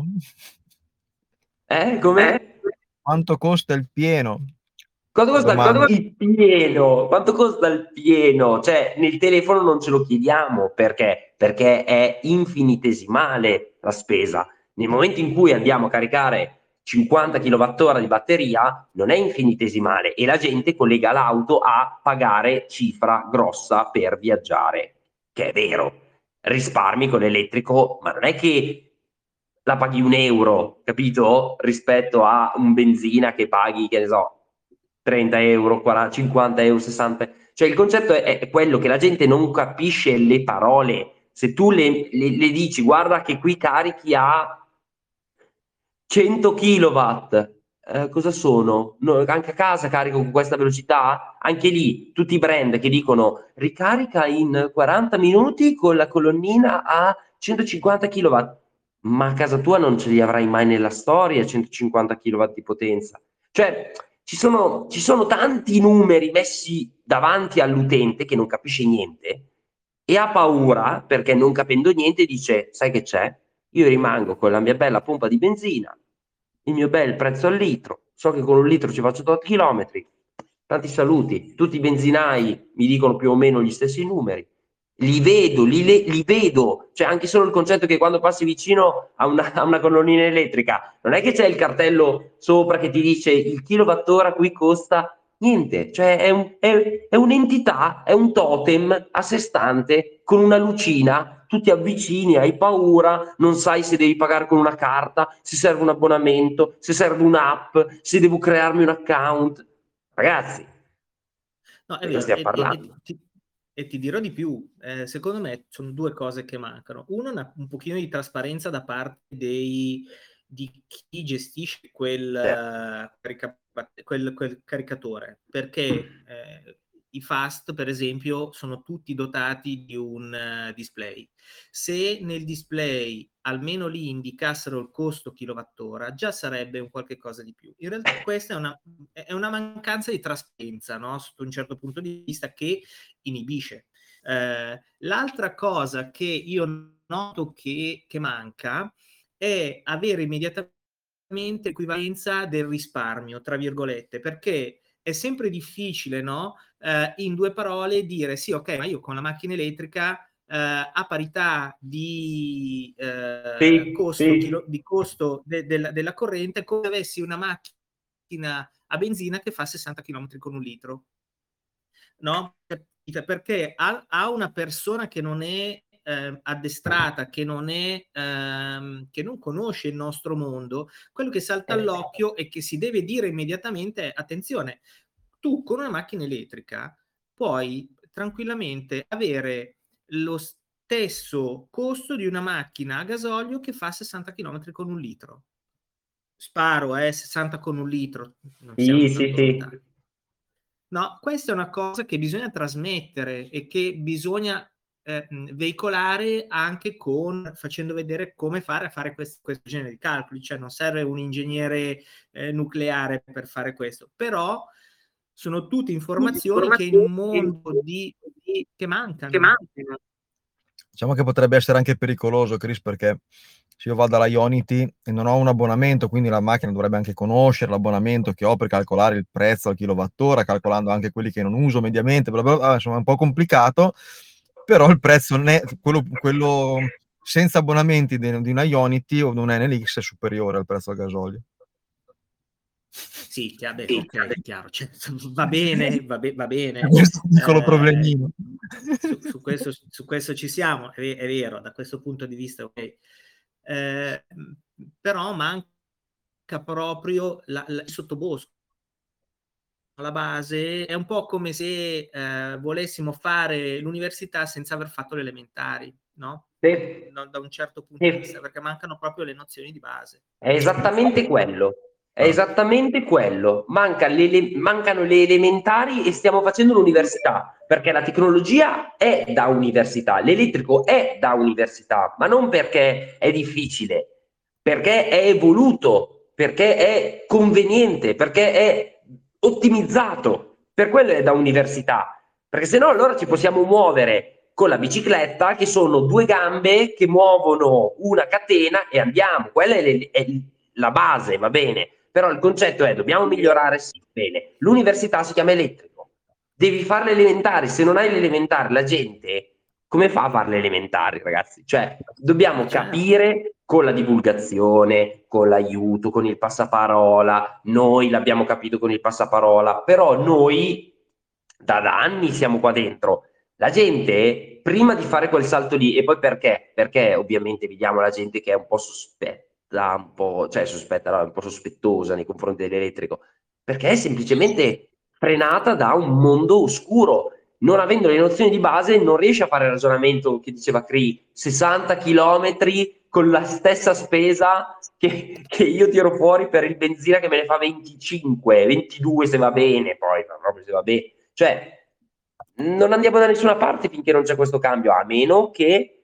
Come? Quanto costa il pieno? Quanto costa Domanda. il pieno? Quanto costa il pieno? Cioè, nel telefono non ce lo chiediamo perché? Perché è infinitesimale la spesa. Nel momento in cui andiamo a caricare 50 kWh di batteria, non è infinitesimale e la gente collega l'auto a pagare cifra grossa per viaggiare, che è vero. Risparmi con l'elettrico, ma non è che la paghi €1, capito? Rispetto a un benzina che paghi, che ne so, 30 euro, 40, 50 euro, 60. Cioè il concetto è quello che la gente non capisce le parole. Se tu le dici, guarda che qui carichi a 100 kilowatt, cosa sono? No, anche a casa carico con questa velocità? Anche lì, tutti i brand che dicono ricarica in 40 minuti con la colonnina a 150 kilowatt. Ma a casa tua non ce li avrai mai nella storia 150 kilowatt di potenza. Cioè, ci sono tanti numeri messi davanti all'utente che non capisce niente e ha paura perché non capendo niente dice, sai che c'è? Io rimango con la mia bella pompa di benzina, il mio bel prezzo al litro, so che con un litro ci faccio 8 chilometri, tanti saluti, tutti i benzinai mi dicono più o meno gli stessi numeri, li vedo, cioè anche solo il concetto che quando passi vicino a una colonnina elettrica, non è che c'è il cartello sopra che ti dice il kilowattora qui costa niente, cioè è un'entità, è un totem a sé stante con una lucina, tu ti avvicini, hai paura, non sai se devi pagare con una carta, se serve un abbonamento, se serve un'app, se devo crearmi un account. Ragazzi, No, è di cosa vero, stiamo parlando? e ti dirò di più, secondo me sono due cose che mancano. Uno, un pochino di trasparenza da parte di chi gestisce quel caricatore, perché i fast, per esempio, sono tutti dotati di un display. Se nel display almeno lì indicassero il costo kilowattora, già sarebbe un qualche cosa di più. In realtà questa è una mancanza di trasparenza, no? Sotto un certo punto di vista, che inibisce. L'altra cosa che io noto che manca è avere immediatamente equivalenza del risparmio, tra virgolette, perché è sempre difficile, no? In due parole dire sì, ok, ma io con la macchina elettrica a parità di costo della corrente, come avessi una macchina a benzina che fa 60 km con un litro, no? Perché a una persona che non è addestrata, che non conosce il nostro mondo, quello che salta all'occhio e che si deve dire immediatamente: attenzione, tu con una macchina elettrica puoi tranquillamente avere lo stesso costo di una macchina a gasolio che fa 60 km con un litro. Sparo, 60 con un litro, non siamo tanto lontani. No, questa è una cosa che bisogna trasmettere e che bisogna veicolare anche facendo vedere come fare a fare questo genere di calcoli. Cioè non serve un ingegnere nucleare per fare questo, però sono tutte informazioni che in un mondo che mancano. Diciamo che potrebbe essere anche pericoloso, Chris, perché se io vado alla Ionity e non ho un abbonamento, quindi la macchina dovrebbe anche conoscere l'abbonamento che ho per calcolare il prezzo al kilowattora, calcolando anche quelli che non uso mediamente, bla bla bla, insomma è un po' complicato, però il prezzo quello senza abbonamenti di una Ionity o di un NLX è superiore al prezzo al gasolio. Sì, ok, chiaro, cioè, va bene. Questo piccolo problemino. Su questo ci siamo, è vero, da questo punto di vista, ok. però manca proprio il sottobosco. La base è un po' come se volessimo fare l'università senza aver fatto le elementari, no? Sì. Da un certo punto Sì. di vista, perché mancano proprio le nozioni di base. È esattamente quello. È esattamente quello. Mancano le elementari e stiamo facendo l'università, perché la tecnologia è da università, l'elettrico è da università, ma non perché è difficile, perché è evoluto, perché è conveniente, perché è ottimizzato. Per quello è da università, perché se no allora ci possiamo muovere con la bicicletta, che sono due gambe che muovono una catena e andiamo. Quella è la base, va bene. Però il concetto è: dobbiamo migliorare, sì, bene. L'università si chiama elettrico. Devi fare l'elementare. Se non hai l'elementare, la gente come fa a fare le elementari, ragazzi? Cioè, dobbiamo capire con la divulgazione, con l'aiuto, con il passaparola. Noi l'abbiamo capito con il passaparola, però noi da anni siamo qua dentro. La gente, prima di fare quel salto lì, e poi perché? Perché ovviamente vediamo la gente che è un po' sospetta, un po', cioè sospetta, no, un po' sospettosa nei confronti dell'elettrico, perché è semplicemente frenata da un mondo oscuro. Non avendo le nozioni di base, non riesce a fare il ragionamento che diceva Cree, 60 chilometri con la stessa spesa che io tiro fuori per il benzina che me ne fa 25, 22 se va bene, poi proprio se va bene. Cioè, non andiamo da nessuna parte finché non c'è questo cambio, a meno che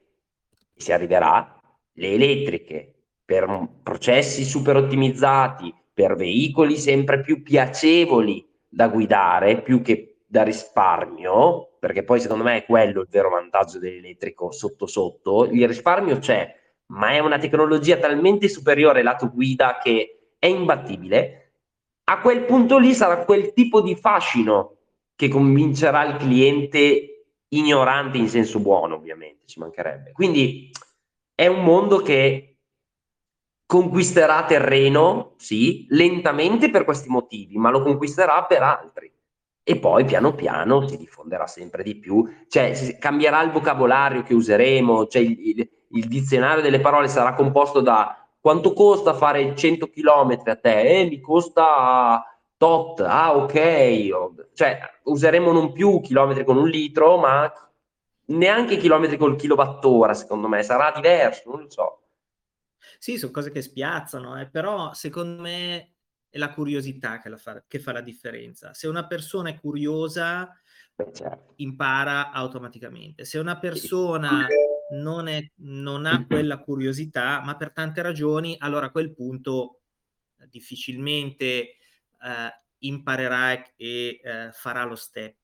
si arriverà le elettriche per processi super ottimizzati, per veicoli sempre più piacevoli da guidare, più che da risparmio, perché poi secondo me è quello il vero vantaggio dell'elettrico sotto sotto. Il risparmio c'è, ma è una tecnologia talmente superiore lato guida che è imbattibile. A quel punto lì sarà quel tipo di fascino che convincerà il cliente ignorante in senso buono, ovviamente, ci mancherebbe. Quindi è un mondo che conquisterà terreno, sì, lentamente per questi motivi, ma lo conquisterà per altri. E poi piano piano si diffonderà sempre di più, cioè cambierà il vocabolario che useremo, cioè il dizionario delle parole sarà composto da: quanto costa fare 100 km a te? Mi costa tot, ah ok, cioè useremo non più chilometri con un litro, ma neanche chilometri col kilowattora, secondo me, sarà diverso, non lo so. Sì, sono cose che spiazzano, però secondo me è la curiosità che fa la differenza. Se una persona è curiosa, Certo. impara automaticamente. Se una persona non ha quella curiosità, ma per tante ragioni, allora a quel punto difficilmente imparerà e farà lo step.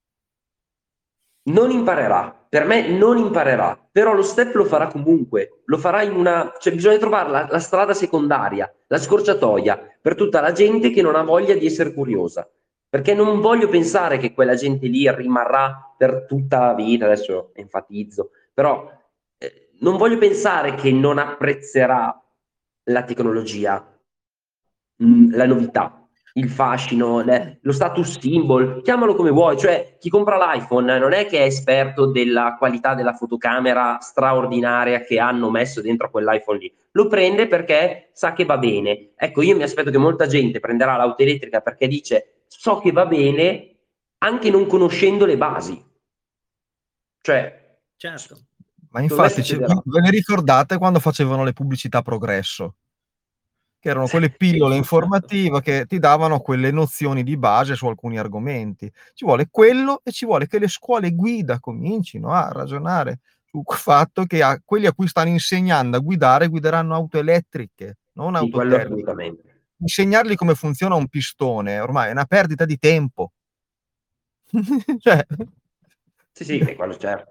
Non imparerà, per me non imparerà, però lo step lo farà comunque, lo farà in una, cioè bisogna trovare la strada secondaria, la scorciatoia per tutta la gente che non ha voglia di essere curiosa, perché non voglio pensare che quella gente lì rimarrà per tutta la vita, adesso enfatizzo, però non voglio pensare che non apprezzerà la tecnologia, la novità, il fascino, lo status symbol, chiamalo come vuoi, cioè chi compra l'iPhone non è che è esperto della qualità della fotocamera straordinaria che hanno messo dentro a quell'iPhone lì, lo prende perché sa che va bene. Ecco, io mi aspetto che molta gente prenderà l'auto elettrica perché dice: so che va bene, anche non conoscendo le basi. Cioè, certo. Ma infatti, ve ne ricordate quando facevano le pubblicità Progresso? Che erano quelle pillole informative che ti davano quelle nozioni di base su alcuni argomenti. Ci vuole quello e ci vuole che le scuole guida comincino a ragionare sul fatto che quelli a cui stanno insegnando a guidare guideranno auto elettriche, non Sì, auto quello termiche. assolutamente. Insegnargli come funziona un pistone ormai è una perdita di tempo. Cioè. Sì, quello certo.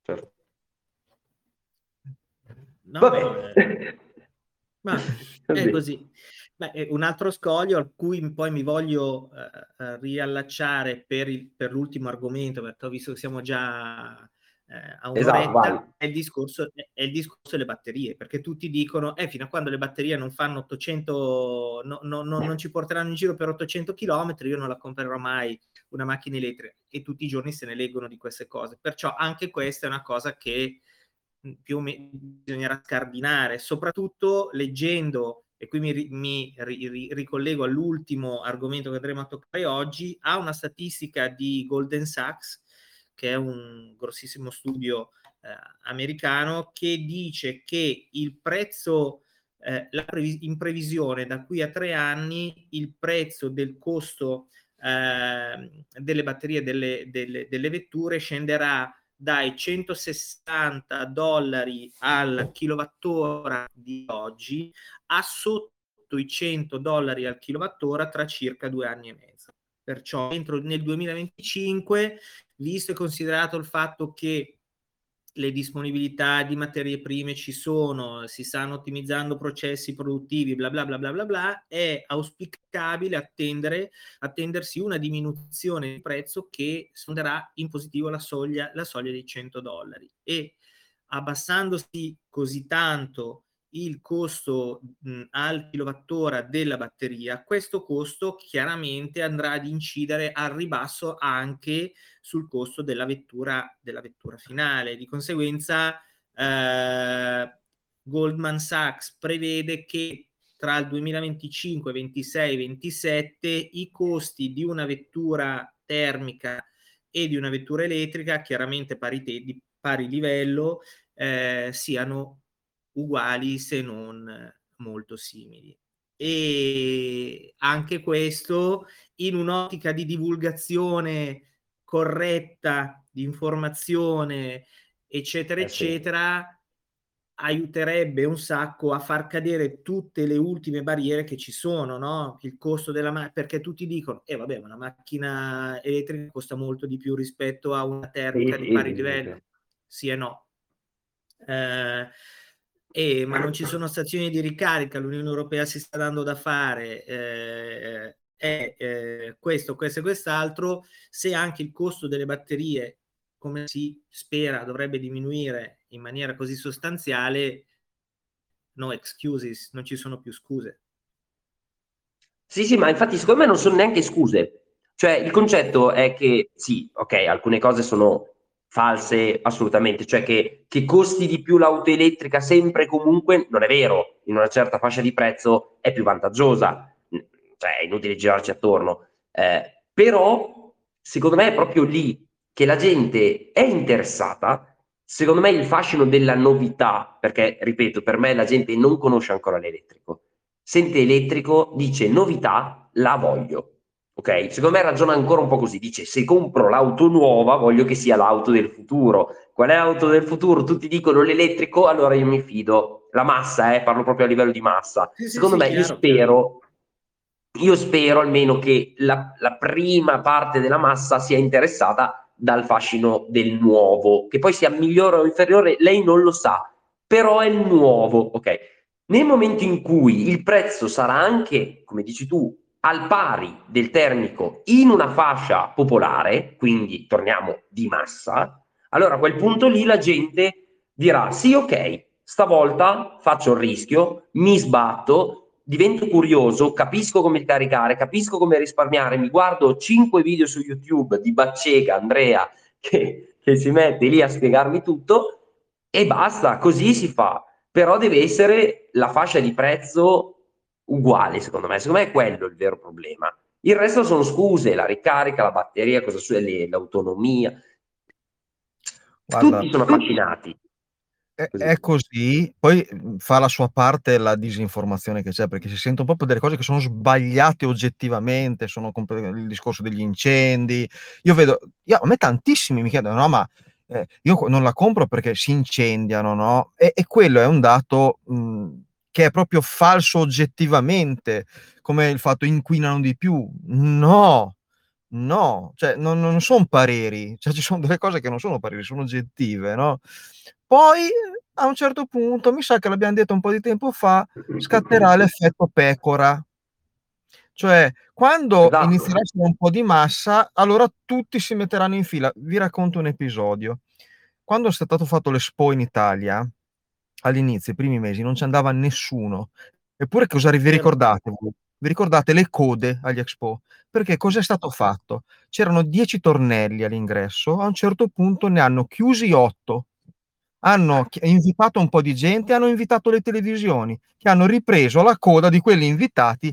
No, Vabbè. ma è così. Beh, un altro scoglio a cui poi mi voglio riallacciare per l'ultimo argomento, perché ho visto che siamo già a un'oretta, Esatto, è il discorso delle batterie, perché tutti dicono fino a quando le batterie non fanno 800, non ci porteranno in giro per 800 km, io non la comprerò mai una macchina elettrica, e tutti i giorni se ne leggono di queste cose. Perciò anche questa è una cosa che più o meno bisognerà scardinare, soprattutto leggendo, e qui mi ricollego all'ultimo argomento che andremo a toccare oggi, a una statistica di Goldman Sachs, che è un grossissimo studio americano, che dice che il prezzo, in previsione da qui a 3 anni, il prezzo del costo delle batterie delle vetture scenderà dai $160 al kilowattora di oggi a sotto i $100 al kilowattora tra circa 2 anni e mezzo. Perciò nel 2025, visto e considerato il fatto che le disponibilità di materie prime ci sono, si stanno ottimizzando processi produttivi, bla bla bla bla bla bla, è auspicabile attendersi una diminuzione di prezzo che sfonderà in positivo la soglia dei $100, e abbassandosi così tanto il costo al kilowattora della batteria, questo costo chiaramente andrà ad incidere al ribasso anche sul costo della vettura finale. Di conseguenza Goldman Sachs prevede che tra il 2025, 26, 27 i costi di una vettura termica e di una vettura elettrica, chiaramente di pari livello, siano uguali se non molto simili. E anche questo in un'ottica di divulgazione corretta, di informazione, eccetera, eccetera, aiuterebbe un sacco a far cadere tutte le ultime barriere che ci sono, no? Il costo della macchina, perché tutti dicono, vabbè, ma una macchina elettrica costa molto di più rispetto a una termica di pari livello. Sì e no. Ma non ci sono stazioni di ricarica, l'Unione Europea si sta dando da fare, questo e quest'altro. Se anche il costo delle batterie, come si spera, dovrebbe diminuire in maniera così sostanziale, no excuses, non ci sono più scuse. Sì, ma infatti secondo me non sono neanche scuse. Cioè, il concetto è che sì, ok, alcune cose sono false assolutamente, cioè che costi di più l'auto elettrica sempre e comunque non è vero, in una certa fascia di prezzo è più vantaggiosa, cioè è inutile girarci attorno. Però secondo me è proprio lì che la gente è interessata. Secondo me il fascino della novità, perché ripeto, per me la gente non conosce ancora l'elettrico, sente elettrico, dice novità, la voglio. Ok? Secondo me ragiona ancora un po' così, dice se compro l'auto nuova voglio che sia l'auto del futuro. Qual è l'auto del futuro? Tutti dicono l'elettrico, allora io mi fido. La massa, parlo proprio a livello di massa. Sì, secondo me, chiaro, io spero almeno che la prima parte della massa sia interessata dal fascino del nuovo, che poi sia migliore o inferiore, lei non lo sa, però è il nuovo, ok? Nel momento in cui il prezzo sarà anche, come dici tu, al pari del termico in una fascia popolare, quindi torniamo di massa, allora a quel punto lì la gente dirà sì, ok, stavolta faccio il rischio, mi sbatto, divento curioso, capisco come caricare, capisco come risparmiare, mi guardo 5 video su YouTube di Baccega, Andrea, che si mette lì a spiegarmi tutto e basta, così si fa. Però deve essere la fascia di prezzo uguale, secondo me. Secondo me è quello il vero problema. Il resto sono scuse, la ricarica, la batteria, l'autonomia. Guarda, Tutti sono affascinati. è così, poi fa la sua parte la disinformazione che c'è, perché si sentono proprio delle cose che sono sbagliate oggettivamente, sono il discorso degli incendi. A me tantissimi mi chiedono, no, ma io non la compro perché si incendiano, no? E quello è un dato che è proprio falso oggettivamente, come il fatto inquinano di più. No, cioè non son pareri, cioè ci sono delle cose che non sono pareri, sono oggettive, no? Poi a un certo punto, mi sa che l'abbiam detto un po' di tempo fa, scatterà l'effetto pecora. Cioè, quando Esatto. inizierà a essere un po' di massa, allora tutti si metteranno in fila. Vi racconto un episodio: quando è stato fatto l'Expo in Italia, all'inizio, i primi mesi, non ci andava nessuno. Eppure vi ricordate voi? Vi ricordate le code agli Expo? Perché cos'è stato fatto? C'erano 10 tornelli all'ingresso, a un certo punto ne hanno chiusi 8. hanno invitato un po' di gente, hanno invitato le televisioni, che hanno ripreso la coda di quelli invitati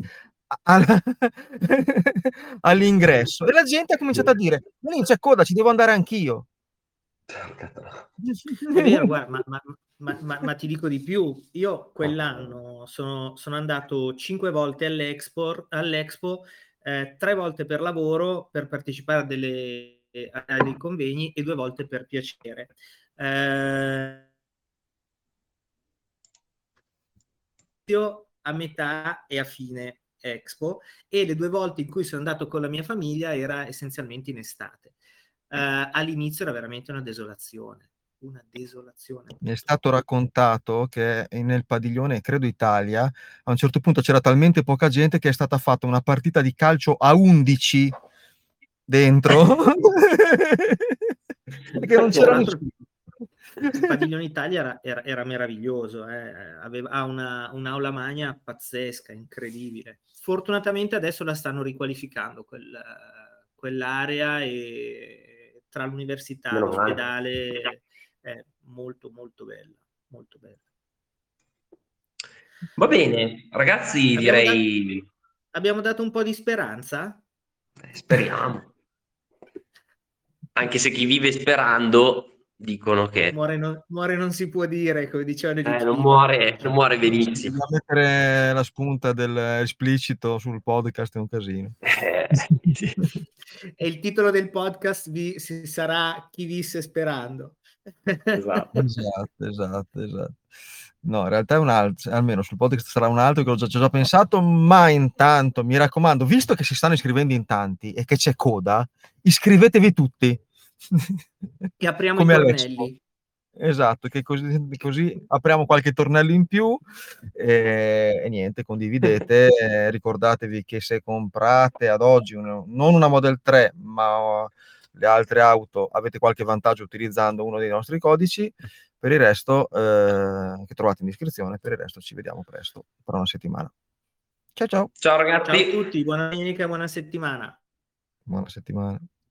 all'ingresso. E la gente ha cominciato a dire: lì c'è coda, ci devo andare anch'io. È vero, guarda, ma ti dico di più. Io quell'anno sono andato 5 volte all'Expo, 3 volte per lavoro, per partecipare a dei convegni, e 2 volte per piacere. A metà e a fine Expo, e le 2 volte in cui sono andato con la mia famiglia era essenzialmente in estate. All'inizio era veramente una desolazione. Mi è stato raccontato che nel padiglione, credo Italia, a un certo punto c'era talmente poca gente che è stata fatta una partita di calcio a 11 dentro perché non c'era nessuno. Il padiglione Italia era meraviglioso, ha un'aula magna pazzesca, incredibile. Fortunatamente adesso la stanno riqualificando quell'area, e tra l'università e l'ospedale è molto molto bella, molto bella. Va bene, ragazzi, direi abbiamo dato un po' di speranza? Speriamo. Anche se chi vive sperando dicono che muore non si può dire, come dicevano gli non muore benissimo. Bisogna mettere la spunta dell'esplicito sul podcast, è un casino. Sì. E il titolo del podcast sarà Chi visse sperando. Esatto. No, in realtà è un altro, almeno sul podcast sarà un altro che ci ho già pensato, ma intanto mi raccomando, visto che si stanno iscrivendo in tanti e che c'è coda, iscrivetevi tutti. Che apriamo come i all'Expo. tornelli. Esatto, che così apriamo qualche tornello in più, e niente, condividete. Ricordatevi che se comprate ad oggi non una Model 3, ma le altre auto, avete qualche vantaggio utilizzando uno dei nostri codici. Per il resto, che trovate in descrizione, per il resto ci vediamo presto, tra una settimana. Ciao ciao. Ciao ragazzi. Ciao a tutti, buona domenica, buona settimana. Buona settimana.